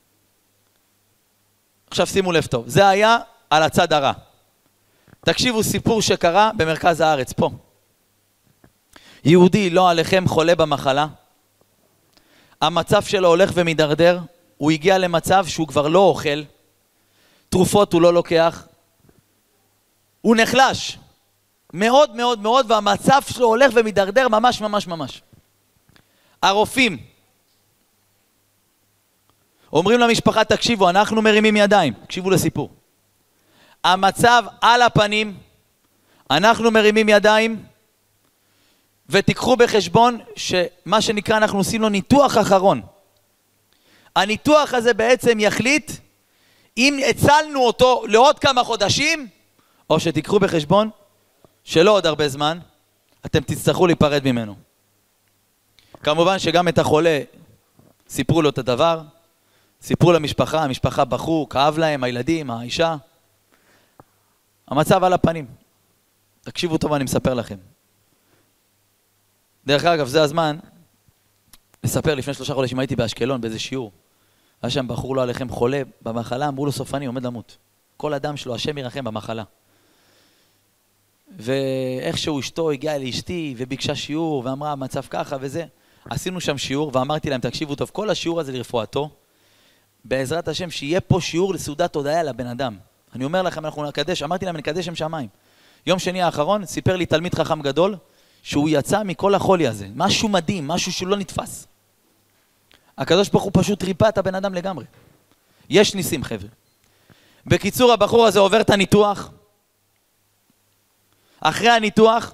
עכשיו שימו לב טוב, זה היה על הצד הרע. תקשיבו סיפור שקרה במרכז הארץ, פה. יהודי, לא עליכם, חולה במחלה. המצב שלו הולך ומדרדר, הוא הגיע למצב שהוא כבר לא אוכל, תרופות הוא לא לוקח, הוא נחלש. מאוד מאוד מאוד, והמצב שלו הולך ומדרדר ממש ממש ממש. הרופאים אומרים למשפחה, תקשיבו, אנחנו מרימים ידיים, תקשיבו לסיפור. המצב על הפנים, אנחנו מרימים ידיים, ותיקחו בחשבון שמה שנקרא אנחנו עושים לו ניתוח אחרון. הניתוח הזה בעצם יחליט אם הצלנו אותו לעוד כמה חודשים, או שתיקחו בחשבון שלא עוד הרבה זמן, אתם תצטרכו להיפרד ממנו. כמובן שגם את החולה סיפרו לו את הדבר, סיפרו למשפחה, המשפחה בחו, כאב להם, הילדים, האישה. המצב על הפנים. תקשיבו טוב, אני מספר לכם. דרך אגב, זה הזמן לספר, לפני שלושה חודשים הייתי באשקלון באיזה שיעור. היה שם בחור לא עליכם חולה במחלה, אמרו לו סופני, עומד למות. כל אדם שלו, השם ירחם במחלה. ואיכשהו אשתו הגיעה לאשתי וביקשה שיעור ואמרה מצב ככה וזה. עשינו שם שיעור ואמרתי להם, תקשיבו טוב, כל השיעור הזה לרפואתו, בעזרת השם שיהיה פה שיעור לסעודת הודיה לבן אדם. אני אומר לכם, אנחנו נקדש, אמרתי להם, נקדש שם שמיים. יום שני האחרון סיפר לי תלמיד חכם גדול, שהוא יצא מכל החולי הזה. משהו מדהים, משהו שהוא לא נתפס. הקדוש ברוך הוא פשוט ריפא את הבן אדם לגמרי. יש ניסים, חבר'ה. בקיצור, הבחור הזה עובר את הניתוח. אחרי הניתוח,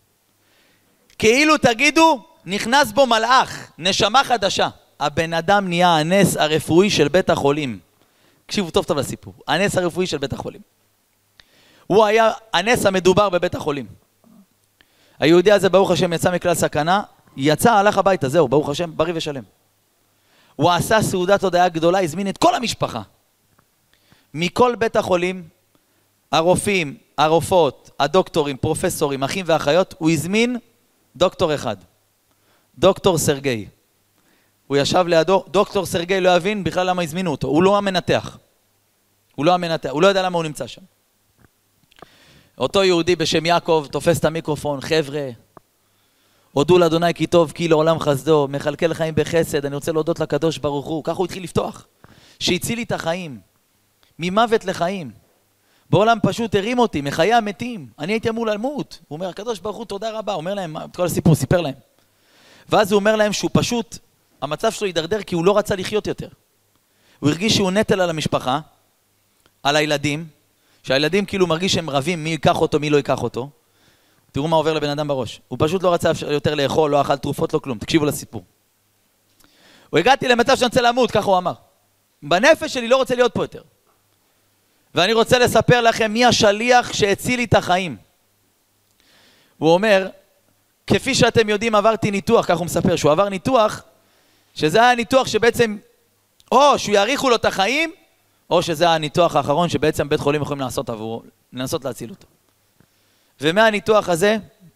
כאילו תגידו, נכנס בו מלאך, נשמה חדשה. הבן אדם נהיה הנס הרפואי של בית החולים. תקשיבו טוב טוב לסיפור. הנס הרפואי של בית החולים. הוא היה הנס המדובר בבית החולים. היהודי הזה, ברוך השם, יצא מכלל סכנה, יצא, הלך הביתה, זהו, ברוך השם, בריא ושלם. הוא עשה סעודת הודיה גדולה, הזמין את כל המשפחה. מכל בית החולים, הרופאים, הרופאות, הדוקטורים, פרופסורים, אחים ואחיות, הוא הזמין דוקטור אחד. דוקטור סרגי. הוא ישב לידו, דוקטור סרגי לא הבין בכלל למה הזמינו אותו. הוא לא המנתח. הוא לא המנתח, הוא לא יודע למה הוא נמצא שם. אותו יהודי בשם יעקב תופס את המיקרופון, חבר'ה, הודו לאדוני כי טוב, כי לעולם חסדו, מחלקל חיים בחסד, אני רוצה להודות לקדוש ברוך הוא. ככה הוא התחיל לפתוח. שהציל לי את החיים, ממוות לחיים. בעולם פשוט הרים אותי, מחיי המתים. אני הייתי אמור למות. הוא אומר, הקדוש ברוך הוא, תודה רבה. הוא אומר להם, את כל הסיפור, סיפר להם. ואז הוא אומר להם שהוא פשוט, המצב שלו יידרדר כי הוא לא רצה לחיות יותר. הוא הרגיש שהוא נטל על המשפחה, על הילדים, שהילדים כאילו מרגיש שהם רבים, מי ייקח אותו, מי לא ייקח אותו. תראו מה עובר לבן אדם בראש. הוא פשוט לא רצה יותר לאכול, לא אכל תרופות, לא כלום. תקשיבו לסיפור. הוא הגעתי למצב שאני רוצה למות, ככה הוא אמר. בנפש שלי לא רוצה להיות פה יותר. ואני רוצה לספר לכם מי השליח שהציל לי את החיים. הוא אומר, כפי שאתם יודעים, עברתי ניתוח, כך הוא מספר, שהוא עבר ניתוח, שזה היה ניתוח שבעצם, או שהוא יאריכו לו את החיים, או שזה הניתוח האחרון שבעצם בית חולים יכולים לעשות עבורו, לנסות להציל אותו. ומהניתוח הזה,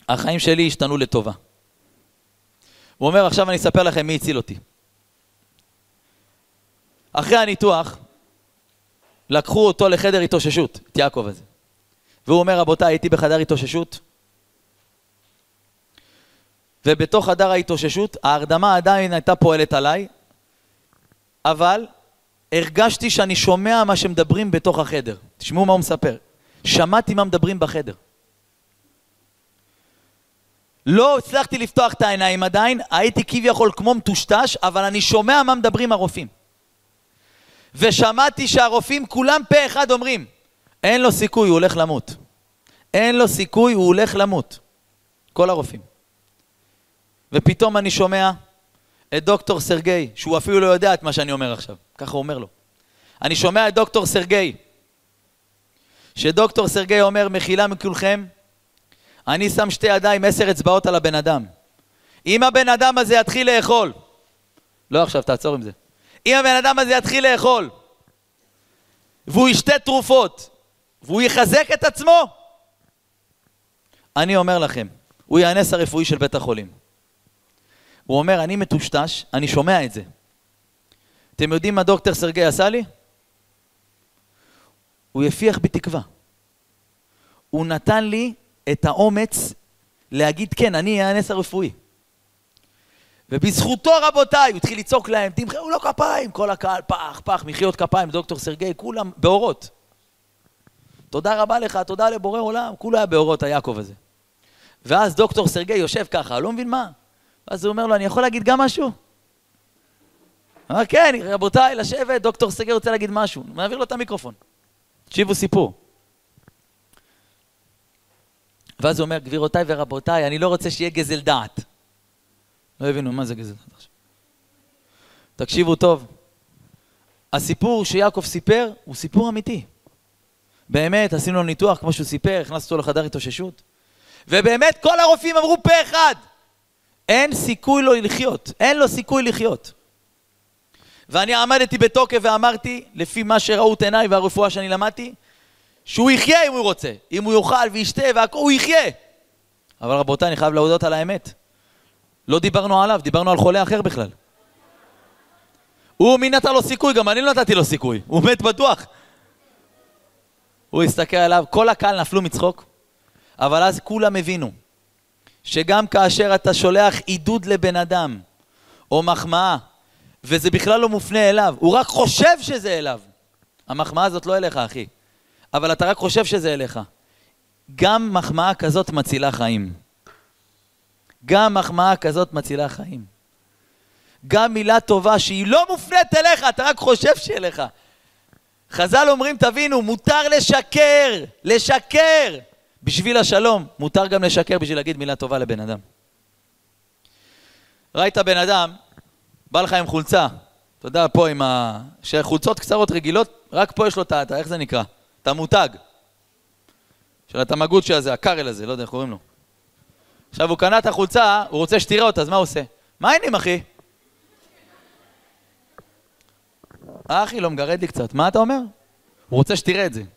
החיים שלי השתנו לטובה. הוא אומר, עכשיו אני אספר לכם מי הציל אותי. אחרי הניתוח, לקחו אותו לחדר התאוששות, את יעקב הזה. והוא אומר, רבותיי, הייתי בחדר התאוששות, ובתוך חדר ההתאוששות, ההרדמה עדיין הייתה פועלת עליי, אבל הרגשתי שאני שומע מה שמדברים בתוך החדר. תשמעו מה הוא מספר. שמעתי מה מדברים בחדר. לא הצלחתי לפתוח את העיניים עדיין, הייתי כביכול כמו מטושטש, אבל אני שומע מה מדברים הרופאים. ושמעתי שהרופאים כולם פה אחד אומרים, אין לו סיכוי, הוא הולך למות. אין לו סיכוי, הוא הולך למות. כל הרופאים. ופתאום אני שומע את דוקטור סרגי, שהוא אפילו לא יודע את מה שאני אומר עכשיו. ככה הוא אומר לו. אני שומע את דוקטור סרגי, שדוקטור סרגי אומר, מחילה מכולכם, אני שם שתי ידיים, עשר אצבעות על הבן אדם. אם הבן אדם הזה יתחיל לאכול, לא עכשיו, תעצור עם זה. אם הבן אדם הזה יתחיל לאכול, והוא ישתה תרופות, והוא יחזק את עצמו, אני אומר לכם, הוא יאנס הרפואי של בית החולים. הוא אומר, אני מטושטש, אני שומע את זה. אתם יודעים מה דוקטור סרגי עשה לי? הוא יפיח בתקווה. הוא נתן לי את האומץ להגיד, כן, אני יאנס הרפואי. ובזכותו רבותיי, הוא התחיל לצעוק להם, תמחאו לו כפיים, כל הקהל, פח, פח, מחיאות כפיים, דוקטור סרגי, כולם באורות. תודה רבה לך, תודה לבורא עולם, כולה היה באורות היעקב הזה. ואז דוקטור סרגי יושב ככה, לא מבין מה. ואז הוא אומר לו, אני יכול להגיד גם משהו? אמר, כן, רבותיי, לשבת, דוקטור סרגי רוצה להגיד משהו. הוא מעביר לו את המיקרופון. תשיבו סיפור. ואז הוא אומר, גבירותיי ורבותיי, אני לא רוצה שיהיה גזל דעת. לא הבינו, מה זה גזל דעת עכשיו? תקשיבו טוב. הסיפור שיעקב סיפר הוא סיפור אמיתי. באמת, עשינו לו ניתוח כמו שהוא סיפר, הכנסנו אותו לחדר התאוששות. ובאמת כל הרופאים אמרו פה אחד. אין סיכוי לו לחיות. אין לו סיכוי לחיות. ואני עמדתי בתוקף ואמרתי, לפי מה שראו את עיניי והרפואה שאני למדתי, שהוא יחיה אם הוא רוצה. אם הוא יאכל וישתה והכל, הוא יחיה. אבל רבותיי, אני חייב להודות על האמת. לא דיברנו עליו, דיברנו על חולה אחר בכלל. הוא מי נתן לו סיכוי, גם אני לא נתתי לו סיכוי. הוא מת בטוח. הוא הסתכל עליו, כל הקהל נפלו מצחוק. אבל אז כולם הבינו, שגם כאשר אתה שולח עידוד לבן אדם, או מחמאה, וזה בכלל לא מופנה אליו, הוא רק חושב שזה אליו. המחמאה הזאת לא אליך, אחי. אבל אתה רק חושב שזה אליך. גם מחמאה כזאת מצילה חיים. גם מחמאה כזאת מצילה חיים. גם מילה טובה שהיא לא מופנית אליך, אתה רק חושב שאליך. חז"ל אומרים, תבינו, מותר לשקר, לשקר. בשביל השלום, מותר גם לשקר בשביל להגיד מילה טובה לבן אדם. ראית בן אדם, בא לך עם חולצה, אתה יודע, פה עם ה... שחולצות קצרות רגילות, רק פה יש לו את ה... איך זה נקרא? את המותג. של התמגוצ'י הזה, הקרל הזה, לא יודע איך קוראים לו. עכשיו הוא קנה את החולצה, הוא רוצה שתראה אותה, אז מה הוא עושה? מה העניינים, אחי? אחי, לא מגרד לי קצת. מה אתה אומר? הוא רוצה שתראה את זה.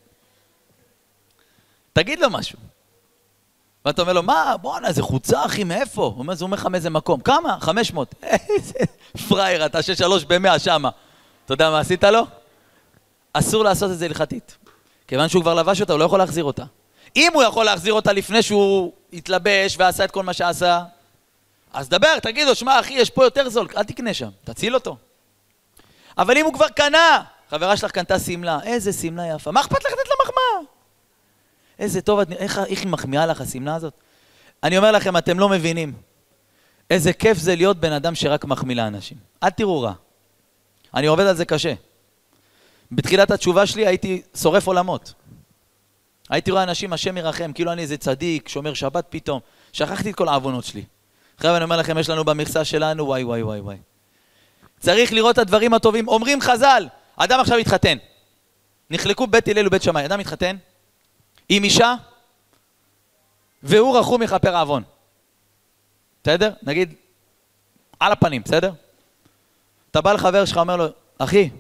תגיד לו משהו. ואתה אומר לו, מה? בוא'נה, זה חוצה, אחי, מאיפה? הוא אומר, זה אומר לך מאיזה מקום. כמה? חמש מאות. איזה פרייר, אתה שש שלוש במאה שמה. אתה יודע מה עשית לו? אסור לעשות את זה הלכתית. כיוון שהוא כבר לבש אותה, הוא לא יכול להחזיר אותה. אם הוא יכול להחזיר אותה לפני שהוא התלבש ועשה את כל מה שעשה, אז דבר, תגיד לו, שמע, אחי, יש פה יותר זול, אל תקנה שם, תציל אותו. אבל אם הוא כבר קנה, חברה שלך קנתה סמלה, איזה סמלה יפה. מה אכפת לך לתת לה מחמאה? איזה טוב, איך, איך היא מחמיאה לך הסמלה הזאת? אני אומר לכם, אתם לא מבינים. איזה כיף זה להיות בן אדם שרק מחמיא לאנשים. אל תראו רע. אני עובד על זה קשה. בתחילת התשובה שלי הייתי שורף עולמות. הייתי רואה אנשים, השם ירחם, כאילו אני איזה צדיק, שומר שבת פתאום. שכחתי את כל העוונות שלי. עכשיו אני אומר לכם, יש לנו במכסה שלנו, וואי וואי וואי וואי. צריך לראות את הדברים הטובים. אומרים חז"ל, אדם עכשיו התחתן. נחלקו בית הלל ובית שמאי. אדם התחתן עם אישה, והוא רחום יכפר העוון. בסדר? נגיד, על הפנים, בסדר? אתה בא לחבר שלך, אומר לו, אחי,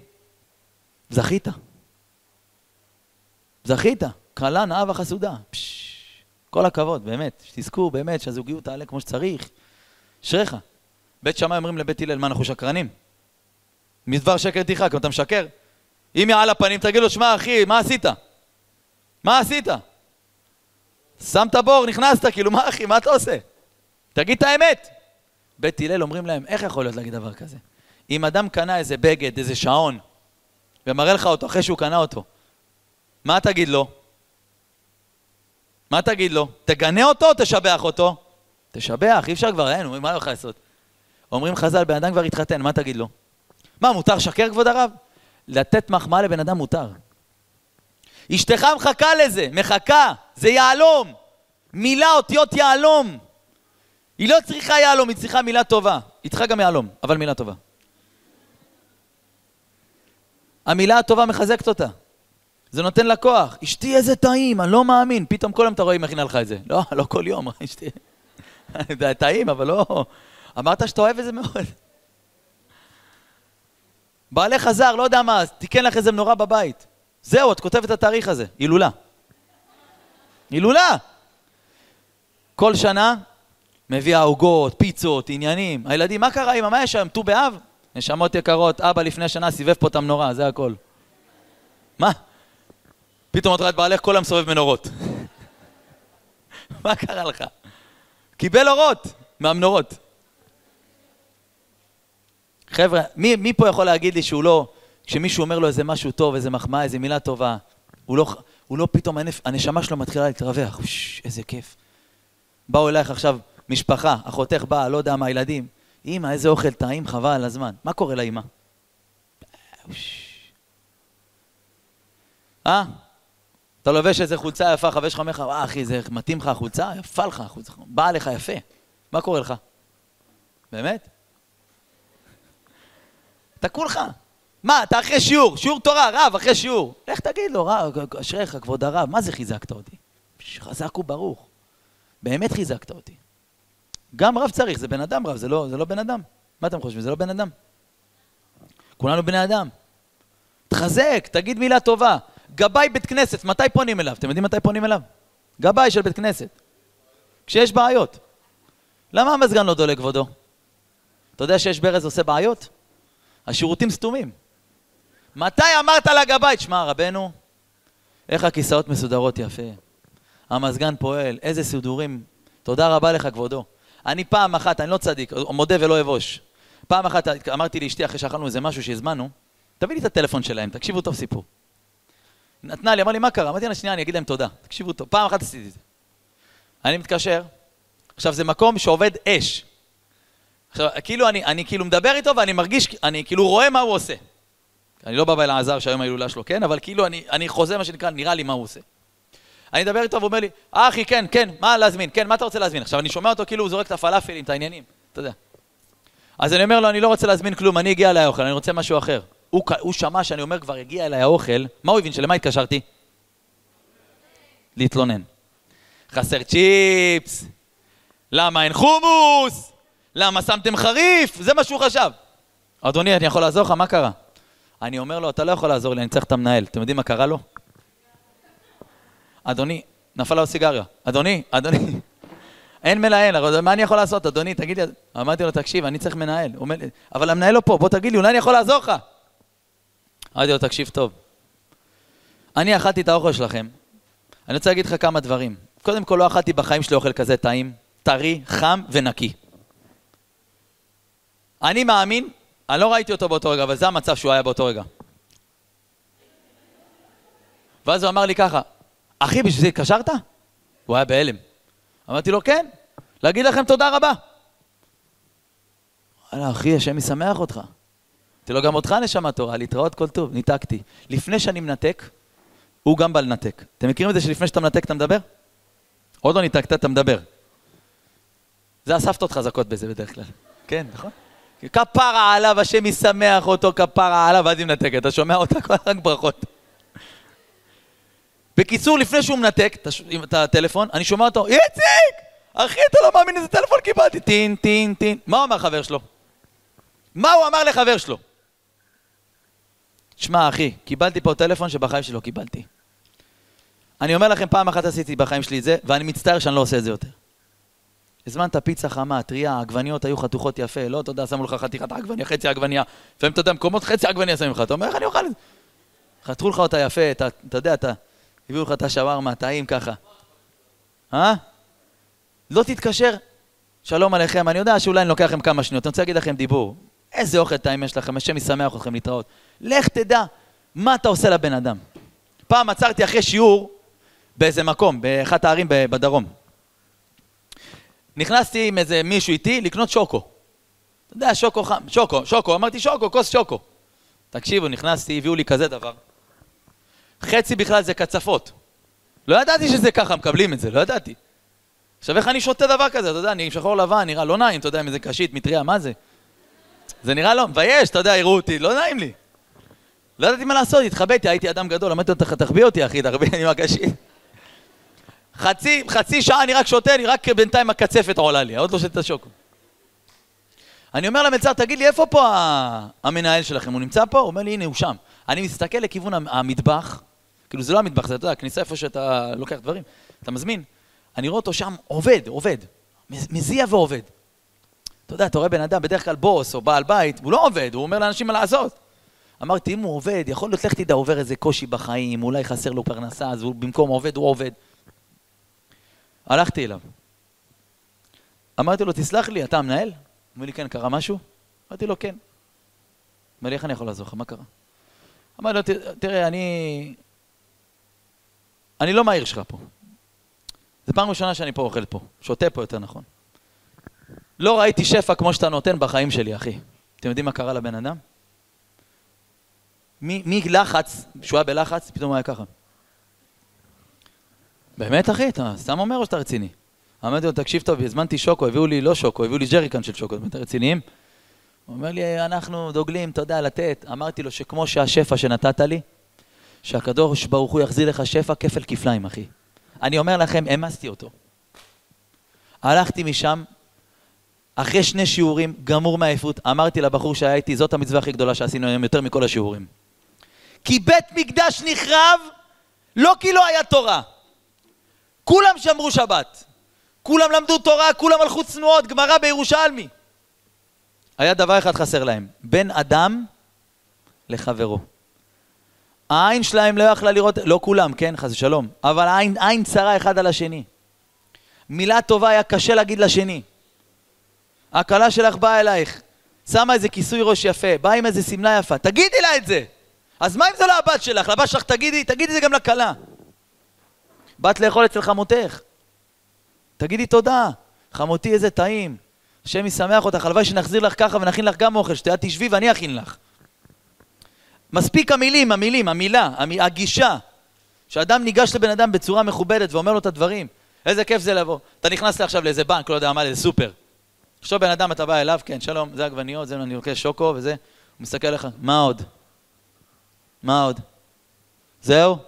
זכית. זכית. קרלה, נאה וחסודה. פש, כל הכבוד, באמת. שתזכו באמת שהזוגיות תעלה כמו שצריך. אשריך. בית שמאי אומרים לבית הלל, מה, אנחנו שקרנים? מדבר שקר תרחק, אתה משקר? אם יעל הפנים, תגיד לו, שמע אחי, מה עשית? מה עשית? שמת בור, נכנסת, כאילו, מה אחי, מה אתה עושה? תגיד את האמת. בית הלל אומרים להם, איך יכול להיות להגיד דבר כזה? אם אדם קנה איזה בגד, איזה שעון, ומראה לך אותו אחרי שהוא קנה אותו, מה תגיד לו? מה תגיד לו? תגנה אותו או תשבח אותו? תשבח, אי אפשר כבר, אין, מה לא יכול לעשות? אומרים חז"ל, בן אדם כבר התחתן, מה תגיד לו? מה, מותר שקר כבוד הרב? לתת מחמאה לבן אדם מותר. אשתך מחכה לזה, מחכה, זה יעלום. מילה אותיות יעלום. היא לא צריכה יעלום, היא צריכה מילה טובה. היא צריכה גם יעלום, אבל מילה טובה. המילה הטובה מחזקת אותה. זה נותן לה כוח. אשתי איזה טעים, אני לא מאמין. פתאום כל יום אתה רואה אם מכינה לך את זה. לא, לא כל יום, אשתי. זה טעים, אבל לא. אמרת שאתה אוהב את זה מאוד. בעלי חזר, לא יודע מה, תיקן לך איזה מנורה בבית. זהו, את כותבת את התאריך הזה. הילולה. הילולה. כל שנה מביאה עוגות, פיצות, עניינים. הילדים, מה קרה אמא? מה יש היום? ט"ו באב? נשמות יקרות, אבא לפני שנה סיבב פה את המנורה, זה הכל. מה? פתאום את רואה את בעלך כל המסובב מנורות. מה קרה לך? קיבל אורות מהמנורות. חבר'ה, מי, מי פה יכול להגיד לי שהוא לא, כשמישהו אומר לו איזה משהו טוב, איזה מחמאה, איזה מילה טובה, הוא לא, הוא לא פתאום, הנשמה שלו מתחילה להתרווח, שש, איזה כיף. באו אלייך עכשיו משפחה, אחותך באה, לא יודע מה, ילדים, אמא, איזה אוכל טעים, חבל על הזמן. מה קורה לאמא? אה? אתה לובש איזה חולצה יפה, חבר שלך אומר לך, אה אחי, זה מתאים לך החולצה? יפה לך החולצה, באה לך יפה. מה קורה לך? באמת? אתה כולך. מה, אתה אחרי שיעור, שיעור תורה, רב, אחרי שיעור. לך תגיד לו, רב, אשריך, כבוד הרב, מה זה חיזקת אותי? חזק וברוך. באמת חיזקת אותי. גם רב צריך, זה בן אדם רב, זה לא, זה לא בן אדם. מה אתם חושבים? זה לא בן אדם. כולנו בני אדם. תחזק, תגיד מילה טובה. גבאי בית כנסת, מתי פונים אליו? אתם יודעים מתי פונים אליו? גבאי של בית כנסת. כשיש בעיות. למה המזגן לא דולק, כבודו? אתה יודע שיש ברז עושה בעיות? השירותים סתומים. מתי אמרת לגבאי? שמע, רבנו, איך הכיסאות מסודרות יפה. המזגן פועל, איזה סידורים. תודה רבה לך, כבודו. אני פעם אחת, אני לא צדיק, מודה ולא אבוש. פעם אחת אמרתי לאשתי אחרי שאכלנו איזה משהו שהזמנו, תביא לי את הטלפון שלהם, תקשיבו טוב סיפור. נתנה לי, אמר לי, מה קרה? אמרתי לה, שנייה, אני אגיד להם תודה. תקשיבו טוב, פעם אחת עשיתי את זה. אני מתקשר, עכשיו זה מקום שעובד אש. עכשיו, כאילו אני, אני כאילו מדבר איתו ואני מרגיש, אני כאילו רואה מה הוא עושה. אני לא בא באלעזר שהיום ההילולה שלו, כן? אבל כאילו אני, אני חוזה מה שנקרא, נראה לי מה הוא עושה. אני מדבר איתו ואומר לי, אה אחי, כן, כן, מה להזמין? כן, מה אתה רוצה להזמין? עכשיו אני שומע אותו כאילו הוא זורק את הפלאפלים, את העניינים, אתה יודע. אז אני אומר לו, אני לא רוצה להזמין כלום, אני אגיע אליי האוכל, אני רוצה משהו אחר. הוא, הוא שמע שאני אומר כבר הגיע אליי האוכל, מה הוא הבין? שלמה התקשרתי? להתלונן. חסר צ'יפס, למה אין חומוס? למה שמתם חריף? זה מה שהוא חשב. אדוני, אני יכול לעזור לך? מה קרה? אני אומר לו, אתה לא יכול לעזור לי, אני צריך את המנהל. אתם יודעים מה קרה לו? אדוני, נפל לו סיגריה. אדוני, אדוני, אין מנהל, מה אני יכול לעשות? אדוני, תגיד לי, אמרתי לו, תקשיב, אני צריך מנהל. אומר, אבל המנהל לא פה, בוא תגיד לי, אולי אני יכול לעזור לך. אמרתי לו, תקשיב טוב. אני אכלתי את האוכל שלכם. אני רוצה להגיד לך כמה דברים. קודם כל, לא אכלתי בחיים שלי אוכל כזה טעים, טרי, חם ונקי. אני מאמין, אני לא ראיתי אותו באותו רגע, אבל זה המצב שהוא היה באותו רגע. ואז הוא אמר לי ככה, אחי, בשביל זה התקשרת? הוא היה בהלם. אמרתי לו, כן, להגיד לכם תודה רבה. וואלה, אחי, השם ישמח אותך. אמרתי לו, גם אותך נשמה תורה, להתראות כל טוב, ניתקתי. לפני שאני מנתק, הוא גם בא לנתק. אתם מכירים את זה שלפני שאתה מנתק אתה מדבר? עוד לא ניתקת, אתה מדבר. זה הסבתות חזקות בזה בדרך כלל. כן, נכון? כפרה עליו, השם ישמח אותו, כפרה עליו, ואז היא מנתקת. אתה שומע אותה כל רק ברכות. בקיצור, לפני שהוא מנתק את הטלפון, אני שומע אותו, איציק! אחי, אתה לא מאמין איזה טלפון קיבלתי. טין, טין, טין. מה הוא אמר חבר שלו? מה הוא אמר לחבר שלו? שמע, אחי, קיבלתי פה טלפון שבחיים שלו קיבלתי. אני אומר לכם, פעם אחת עשיתי בחיים שלי את זה, ואני מצטער שאני לא עושה את זה יותר. הזמנת פיצה חמה, טריה, העגבניות היו חתוכות יפה, לא, תודה, שמו לך חתיכת העגבניה, חצי העגבניה, לפעמים אתה יודע, מקומות חצי העגבניה שמים לך, אתה אומר, איך אני אוכל את זה? חתכו לך אותה יפה, אתה, אתה יודע, אתה, הביאו לך את השווארמה, טעים ככה. אה? לא תתקשר, שלום עליכם, אני יודע שאולי אני לוקח לכם כמה שניות, אני רוצה להגיד לכם דיבור. איזה אוכל טעים יש לכם, השם ישמח אתכם להתראות. לך תדע מה אתה עושה לבן אדם. פעם עצרתי אחרי שיעור באיזה מקום, באחת הערים בדרום. נכנסתי עם איזה מישהו איתי לקנות שוקו. אתה יודע, שוקו חם, שוקו, שוקו, אמרתי שוקו, כוס שוקו. תקשיבו, נכנסתי, הביאו לי כזה דבר. חצי בכלל זה קצפות. לא ידעתי שזה ככה, מקבלים את זה, לא ידעתי. עכשיו איך אני שותה דבר כזה, אתה יודע, אני עם שחור לבן, נראה לא נעים, אתה יודע, אם זה קשית, מטריה, מה זה? זה נראה לא, מבייש, אתה יודע, הראו אותי, לא נעים לי. לא ידעתי מה לעשות, התחבאתי, הייתי אדם גדול, אמרתי לו, תחביא אותי, אחי, תחביא, אני מהקשית. חצי, חצי שעה אני רק שותה, אני רק בינתיים הקצפת עולה לי, עוד לא שותה שוקו. אני אומר למלצר, תגיד לי, איפה פה המנהל שלכם? הוא נמצא פה? הוא אומר לי, הנה, הוא שם. אני מסתכל לכיוון המטבח, כאילו זה לא המטבח, זה, אתה יודע, הכניסה איפה שאתה לוקח דברים, אתה מזמין. אני רואה אותו שם עובד, עובד, מזיע ועובד. אתה יודע, אתה רואה בן אדם, בדרך כלל בוס או בעל בית, הוא לא עובד, הוא אומר לאנשים מה לעשות. אמרתי, אם הוא עובד, יכול להיות, לך תדע, עובר איזה קושי בחיים, אולי חסר לו פרנסה, אז הוא, במקום עובד, הוא עובד. הלכתי אליו. אמרתי לו, תסלח לי, אתה המנהל? הוא אומר לי, כן, קרה משהו? אמרתי לו, כן. אמר לי, איך אני יכול לעזור לך? מה קרה? אמרתי לו, תראה, אני... אני לא מהעיר שלך פה. זה פעם ראשונה שאני פה אוכל פה. שותה פה יותר נכון. לא ראיתי שפע כמו שאתה נותן בחיים שלי, אחי. אתם יודעים מה קרה לבן אדם? מלחץ, שהוא היה בלחץ, פתאום הוא היה ככה. באמת, אחי? אתה סתם אומר או שאתה רציני? אמרתי לו, תקשיב טוב, הזמנתי שוקו, הביאו לי לא שוקו, הביאו לי ג'ריקן של שוקו, אתם רציניים? הוא אומר לי, אנחנו דוגלים, אתה יודע, לתת. אמרתי לו שכמו שהשפע שנתת לי, שהקדוש ברוך הוא יחזיר לך שפע כפל כפליים, אחי. אני אומר לכם, אמסתי אותו. הלכתי משם, אחרי שני שיעורים, גמור מהעייפות, אמרתי לבחור שהיה איתי, זאת המצווה הכי גדולה שעשינו היום, יותר מכל השיעורים. כי בית מקדש נחרב, לא כי לא היה תורה. כולם שמרו שבת. כולם למדו תורה, כולם הלכו צנועות, גמרא בירושלמי. היה דבר אחד חסר להם, בין אדם לחברו. העין שלהם לא יכלה לראות, לא כולם, כן, חס ושלום, אבל העין, עין צרה אחד על השני. מילה טובה היה קשה להגיד לשני. הקלה שלך באה אלייך, שמה איזה כיסוי ראש יפה, באה עם איזה סמלה יפה, תגידי לה את זה. אז מה אם זה לא הבת שלך? לבת שלך תגידי, תגידי זה גם לקלה. בת לאכול אצל חמותך. תגידי תודה, חמותי איזה טעים. השם ישמח אותך, הלוואי שנחזיר לך ככה ונכין לך גם אוכל, שתהיה תשבי ואני אכין לך. מספיק המילים, המילים, המילה, הגישה. שאדם ניגש לבן אדם בצורה מכובדת ואומר לו את הדברים. איזה כיף זה לבוא. אתה נכנס עכשיו לאיזה בנק, לא יודע מה, לאיזה סופר. עכשיו בן אדם אתה בא אליו, כן, שלום, זה עגבניות, זה אני לוקח שוקו וזה. הוא מסתכל לך, מה עוד? מה עוד? זהו?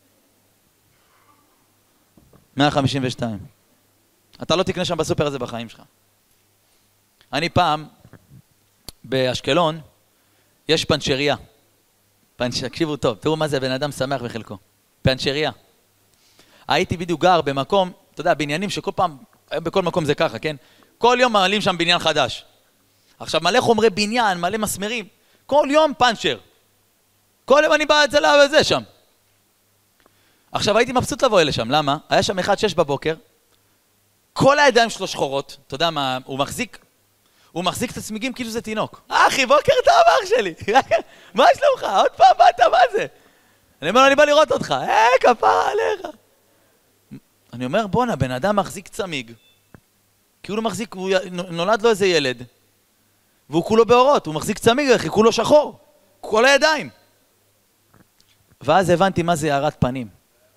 מאה חמישים ושתיים. אתה לא תקנה שם בסופר הזה בחיים שלך. אני פעם, באשקלון, יש פנצ'ריה. פנצ'... תקשיבו טוב, תראו מה זה, בן אדם שמח בחלקו. פנצ'ריה. הייתי בדיוק גר במקום, אתה יודע, בניינים שכל פעם, בכל מקום זה ככה, כן? כל יום מעלים שם בניין חדש. עכשיו מלא חומרי בניין, מלא מסמרים. כל יום פנצ'ר. כל יום אני בא אצל זה שם. עכשיו הייתי מבסוט לבוא אלה שם, למה? היה שם אחד שש בבוקר, כל הידיים שלו שחורות, אתה יודע מה, הוא מחזיק, הוא מחזיק את הצמיגים כאילו זה תינוק. אחי, בוקר טוב אח שלי, מה שלומך? עוד פעם באת, מה זה? אני אומר לו, אני בא לראות אותך, אה, כפרה עליך. אני אומר, בונה, בן אדם מחזיק צמיג, כאילו מחזיק, הוא נולד לו איזה ילד, והוא כולו באורות, הוא מחזיק צמיג, אחי, כולו שחור, כל הידיים. ואז הבנתי מה זה הערת פנים.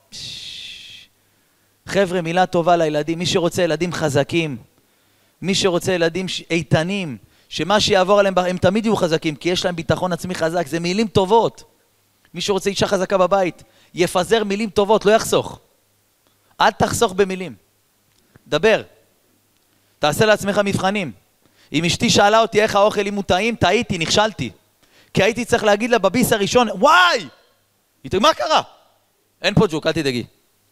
חבר'ה, מילה טובה לילדים, מי שרוצה ילדים חזקים, מי שרוצה ילדים איתנים, שמה שיעבור עליהם, הם תמיד יהיו חזקים, כי יש להם ביטחון עצמי חזק, זה מילים טובות. מי שרוצה אישה חזקה בבית, יפזר מילים טובות, לא יחסוך. אל תחסוך במילים. דבר. תעשה לעצמך מבחנים. אם אשתי שאלה אותי איך האוכל, אם הוא טעים, טעיתי, נכשלתי. כי הייתי צריך להגיד לה בביס הראשון, וואי! היא תגיד, מה קרה? אין פה ג'וק, אל תדאגי.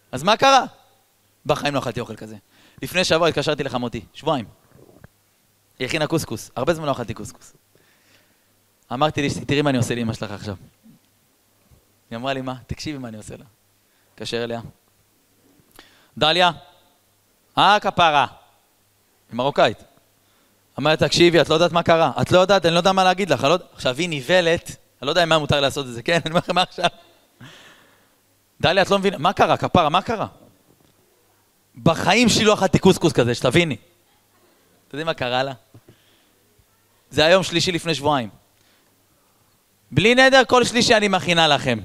אז מה קרה? בחיים לא אכלתי אוכל כזה. לפני שבוע התקשרתי לחמותי, שבועיים. היא הכינה קוסקוס, הרבה זמן לא אכלתי קוסקוס. אמרתי לי, תראי מה אני עושה לאמא שלך עכשיו. היא אמרה לי, מה? תקשיבי מה אני עושה לה. קשר אליה. דליה, אה, כפרה. היא מרוקאית. אמרת, תקשיבי, את לא יודעת מה קרה. את לא יודעת, אני לא יודע מה להגיד לך. לא... עכשיו, היא ניבלת, אני לא יודע מה מותר לעשות את זה, כן? אני אומר לך, מה עכשיו? דליה, את לא מבינה, מה קרה, כפרה, מה קרה? בחיים שלי לא אכלתי קוסקוס כזה, שתביני. אתה יודעים מה קרה לה? זה היום שלישי לפני שבועיים. בלי נדר, כל שלישי אני מכינה לכם.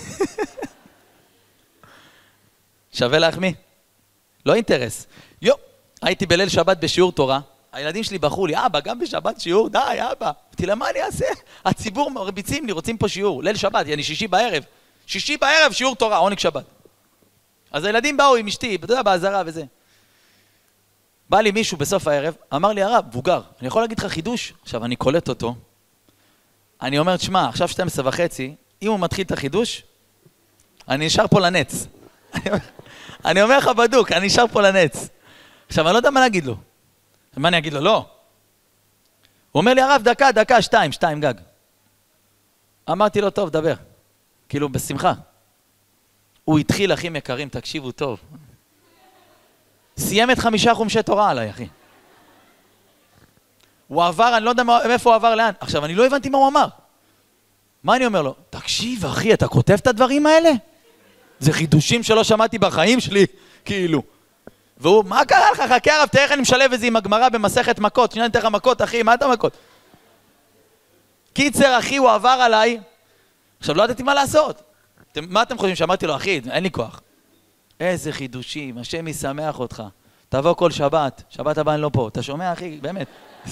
שווה להחמיא? לא אינטרס. יו, הייתי בליל שבת בשיעור תורה, הילדים שלי בחרו לי, אבא, גם בשבת שיעור? די, אבא. אמרתי לה, מה אני אעשה? הציבור מרביצים לי, רוצים פה שיעור. ליל שבת, אני שישי בערב. שישי בערב, שיעור תורה, עונג שבת. אז הילדים באו עם אשתי, אתה יודע, בעזרה וזה. בא לי מישהו בסוף הערב, אמר לי, הרב, בוגר, אני יכול להגיד לך חידוש? עכשיו, אני קולט אותו. אני אומר, תשמע, עכשיו שתים עשרה וחצי, אם הוא מתחיל את החידוש, אני נשאר פה לנץ. אני אומר לך בדוק, אני נשאר פה לנץ. עכשיו, אני לא יודע מה להגיד לו. מה אני אגיד לו? לא. הוא אומר לי, הרב, דקה, דקה, שתיים, שתיים גג. אמרתי לו, טוב, דבר. כאילו, בשמחה. הוא התחיל, אחים יקרים, תקשיבו טוב. סיים את חמישה חומשי תורה עליי, אחי. הוא עבר, אני לא יודע מאיפה הוא עבר לאן. עכשיו, אני לא הבנתי מה הוא אמר. מה אני אומר לו? תקשיב, אחי, אתה כותב את הדברים האלה? זה חידושים שלא שמעתי בחיים שלי, כאילו. והוא, מה קרה לך? חכה הרב, תראה איך אני משלב את זה עם הגמרא במסכת מכות. שנייה, נתן לך מכות, אחי, מה אתה מכות? קיצר, אחי, הוא עבר עליי. עכשיו, לא ידעתי מה לעשות. מה אתם חושבים? שאמרתי לו, אחי, אין לי כוח. איזה חידושים, השם ישמח אותך. תבוא כל שבת, שבת הבא אני לא פה. אתה שומע, אחי? באמת.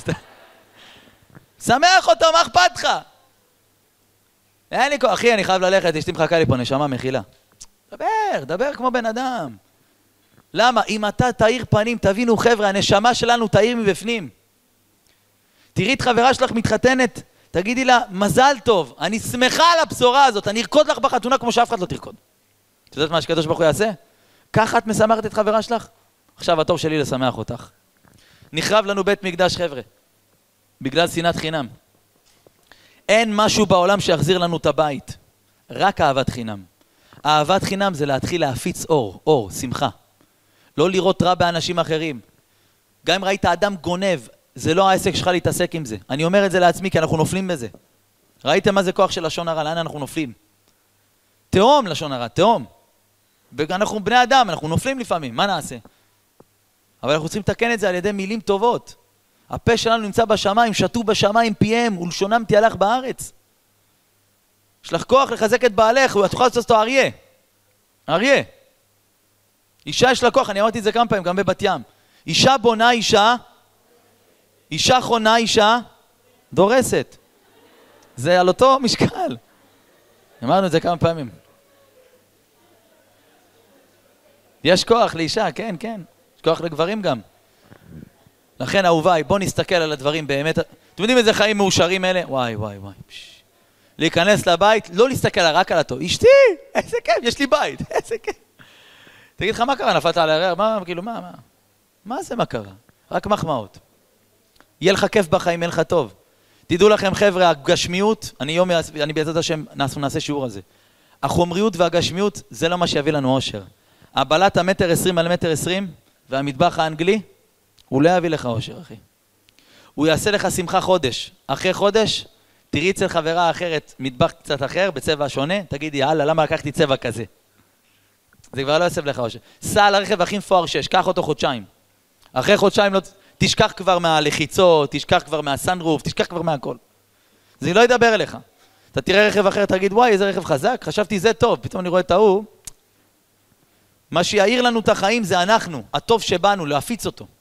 שמח אותו, מה אכפת לך? אין לי כוח, אחי, אני חייב ללכת, אשתי מחכה לי פה, נשמה מחילה. דבר, דבר כמו בן אדם. למה? אם אתה תאיר פנים, תבינו חבר'ה, הנשמה שלנו תאיר מבפנים. תראי את חברה שלך מתחתנת, תגידי לה, מזל טוב, אני שמחה על הבשורה הזאת, אני ארקוד לך בחתונה כמו שאף אחד לא תרקוד. אתה יודעת מה שקדוש ברוך הוא יעשה? ככה את משמחת את חברה שלך? עכשיו התור שלי לשמח אותך. נחרב לנו בית מקדש חבר'ה, בגלל שנאת חינם. אין משהו בעולם שיחזיר לנו את הבית, רק אהבת חינם. אהבת חינם זה להתחיל להפיץ אור, אור, שמחה. לא לראות רע באנשים אחרים. גם אם ראית אדם גונב, זה לא העסק שלך להתעסק עם זה. אני אומר את זה לעצמי כי אנחנו נופלים בזה. ראיתם מה זה כוח של לשון הרע? לאן אנחנו נופלים? תאום לשון הרע, תאום. ואנחנו בני אדם, אנחנו נופלים לפעמים, מה נעשה? אבל אנחנו צריכים לתקן את זה על ידי מילים טובות. הפה שלנו נמצא בשמיים, שתו בשמיים פיהם, ולשונם תהלך בארץ. יש לך כוח לחזק את בעלך, ואת תוכל לעשות אותו אריה. אריה. אישה יש לה כוח, אני אמרתי את זה כמה פעמים, גם בבת ים. אישה בונה אישה, אישה חונה אישה, דורסת. זה על אותו משקל. אמרנו את זה כמה פעמים. יש כוח לאישה, כן, כן. יש כוח לגברים גם. לכן, אהוביי, בוא נסתכל על הדברים באמת. אתם יודעים איזה חיים מאושרים אלה? וואי, וואי, וואי. פש. להיכנס לבית, לא להסתכל רק על הטוב. אשתי, איזה כיף, יש לי בית, איזה כיף. תגיד לך, מה קרה? נפלת על הרער? מה, כאילו, מה, מה? מה זה מה קרה? רק מחמאות. יהיה לך כיף בחיים, יהיה לך טוב. תדעו לכם, חבר'ה, הגשמיות, אני יום, אני בעזרת השם, נעשה שיעור הזה. החומריות והגשמיות, זה לא מה שיביא לנו אושר. הבלט המטר עשרים על מטר עשרים, והמטבח האנגלי, הוא לא יביא לך אושר, אחי. הוא יעשה לך שמחה חודש. אחרי חודש, תראי אצל חברה אחרת, מטבח קצת אחר, בצבע שונה, תגידי, יאללה, למה לקחתי צבע כזה? זה כבר לא יסב לך אושר. סע על הרכב הכי מפואר שש, קח אותו חודשיים. אחרי חודשיים לא... תשכח כבר מהלחיצות, תשכח כבר מהסנרוף, תשכח כבר מהכל. זה לא ידבר אליך. אתה תראה רכב אחר, תגיד, וואי, איזה רכב חזק, חשבתי זה טוב, פתאום אני רואה את ההוא. מה שיעיר לנו את החיים זה אנחנו, הטוב שבנו, להפיץ אותו.